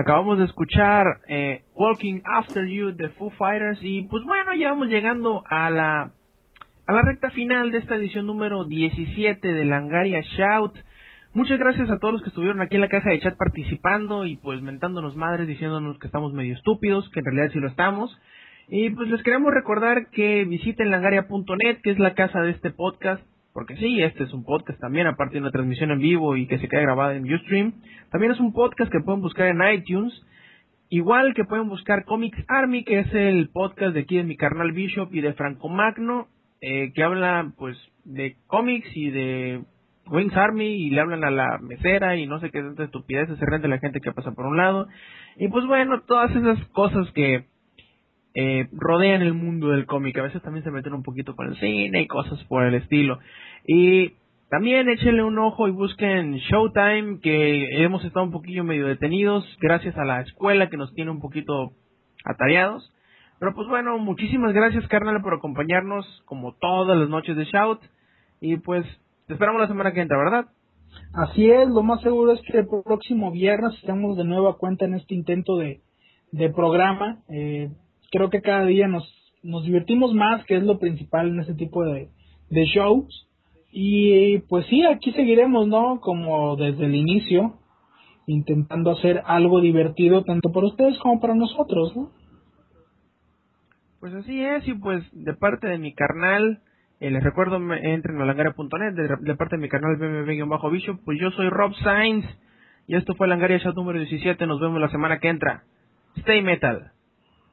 Acabamos de escuchar Walking After You de Foo Fighters y pues bueno, ya vamos llegando a la recta final de esta edición número 17 de Langaria Shout. Muchas gracias a todos los que estuvieron aquí en la caja de chat participando y pues mentándonos madres, diciéndonos que estamos medio estúpidos, que en realidad sí lo estamos. Y pues les queremos recordar que visiten langaria.net, que es la casa de este podcast, porque sí, este es un podcast también, aparte de una transmisión en vivo y que se queda grabada en Ustream. También es un podcast que pueden buscar en iTunes, igual que pueden buscar Comics Army, que es el podcast de aquí de mi carnal Bishop y de Franco Magno, que habla pues de cómics y de Wings Army y le hablan a la mesera y no sé qué tanta estupideces se renta la gente que pasa por un lado. Y pues bueno, todas esas cosas que rodean el mundo del cómic. A veces también se meten un poquito con el cine y cosas por el estilo. Y también échenle un ojo y busquen Showtime, que hemos estado un poquillo medio detenidos gracias a la escuela que nos tiene un poquito atareados. Pero pues bueno, muchísimas gracias, carnal, por acompañarnos como todas las noches de Shout. Y pues te esperamos la semana que entra, ¿verdad? Así es, lo más seguro es que el próximo viernes estemos de nueva cuenta en este intento de programa. Creo que cada día nos divertimos más, que es lo principal en este tipo de shows. Y pues sí, aquí seguiremos, ¿no? Como desde el inicio, intentando hacer algo divertido tanto para ustedes como para nosotros, ¿no? Pues así es, y pues de parte de mi carnal, les recuerdo, entren a langaria.net, de parte de mi canal BMB-Bishop, pues yo soy Rob Sainz, y esto fue Langaria Shout número 17, nos vemos la semana que entra. Stay Metal.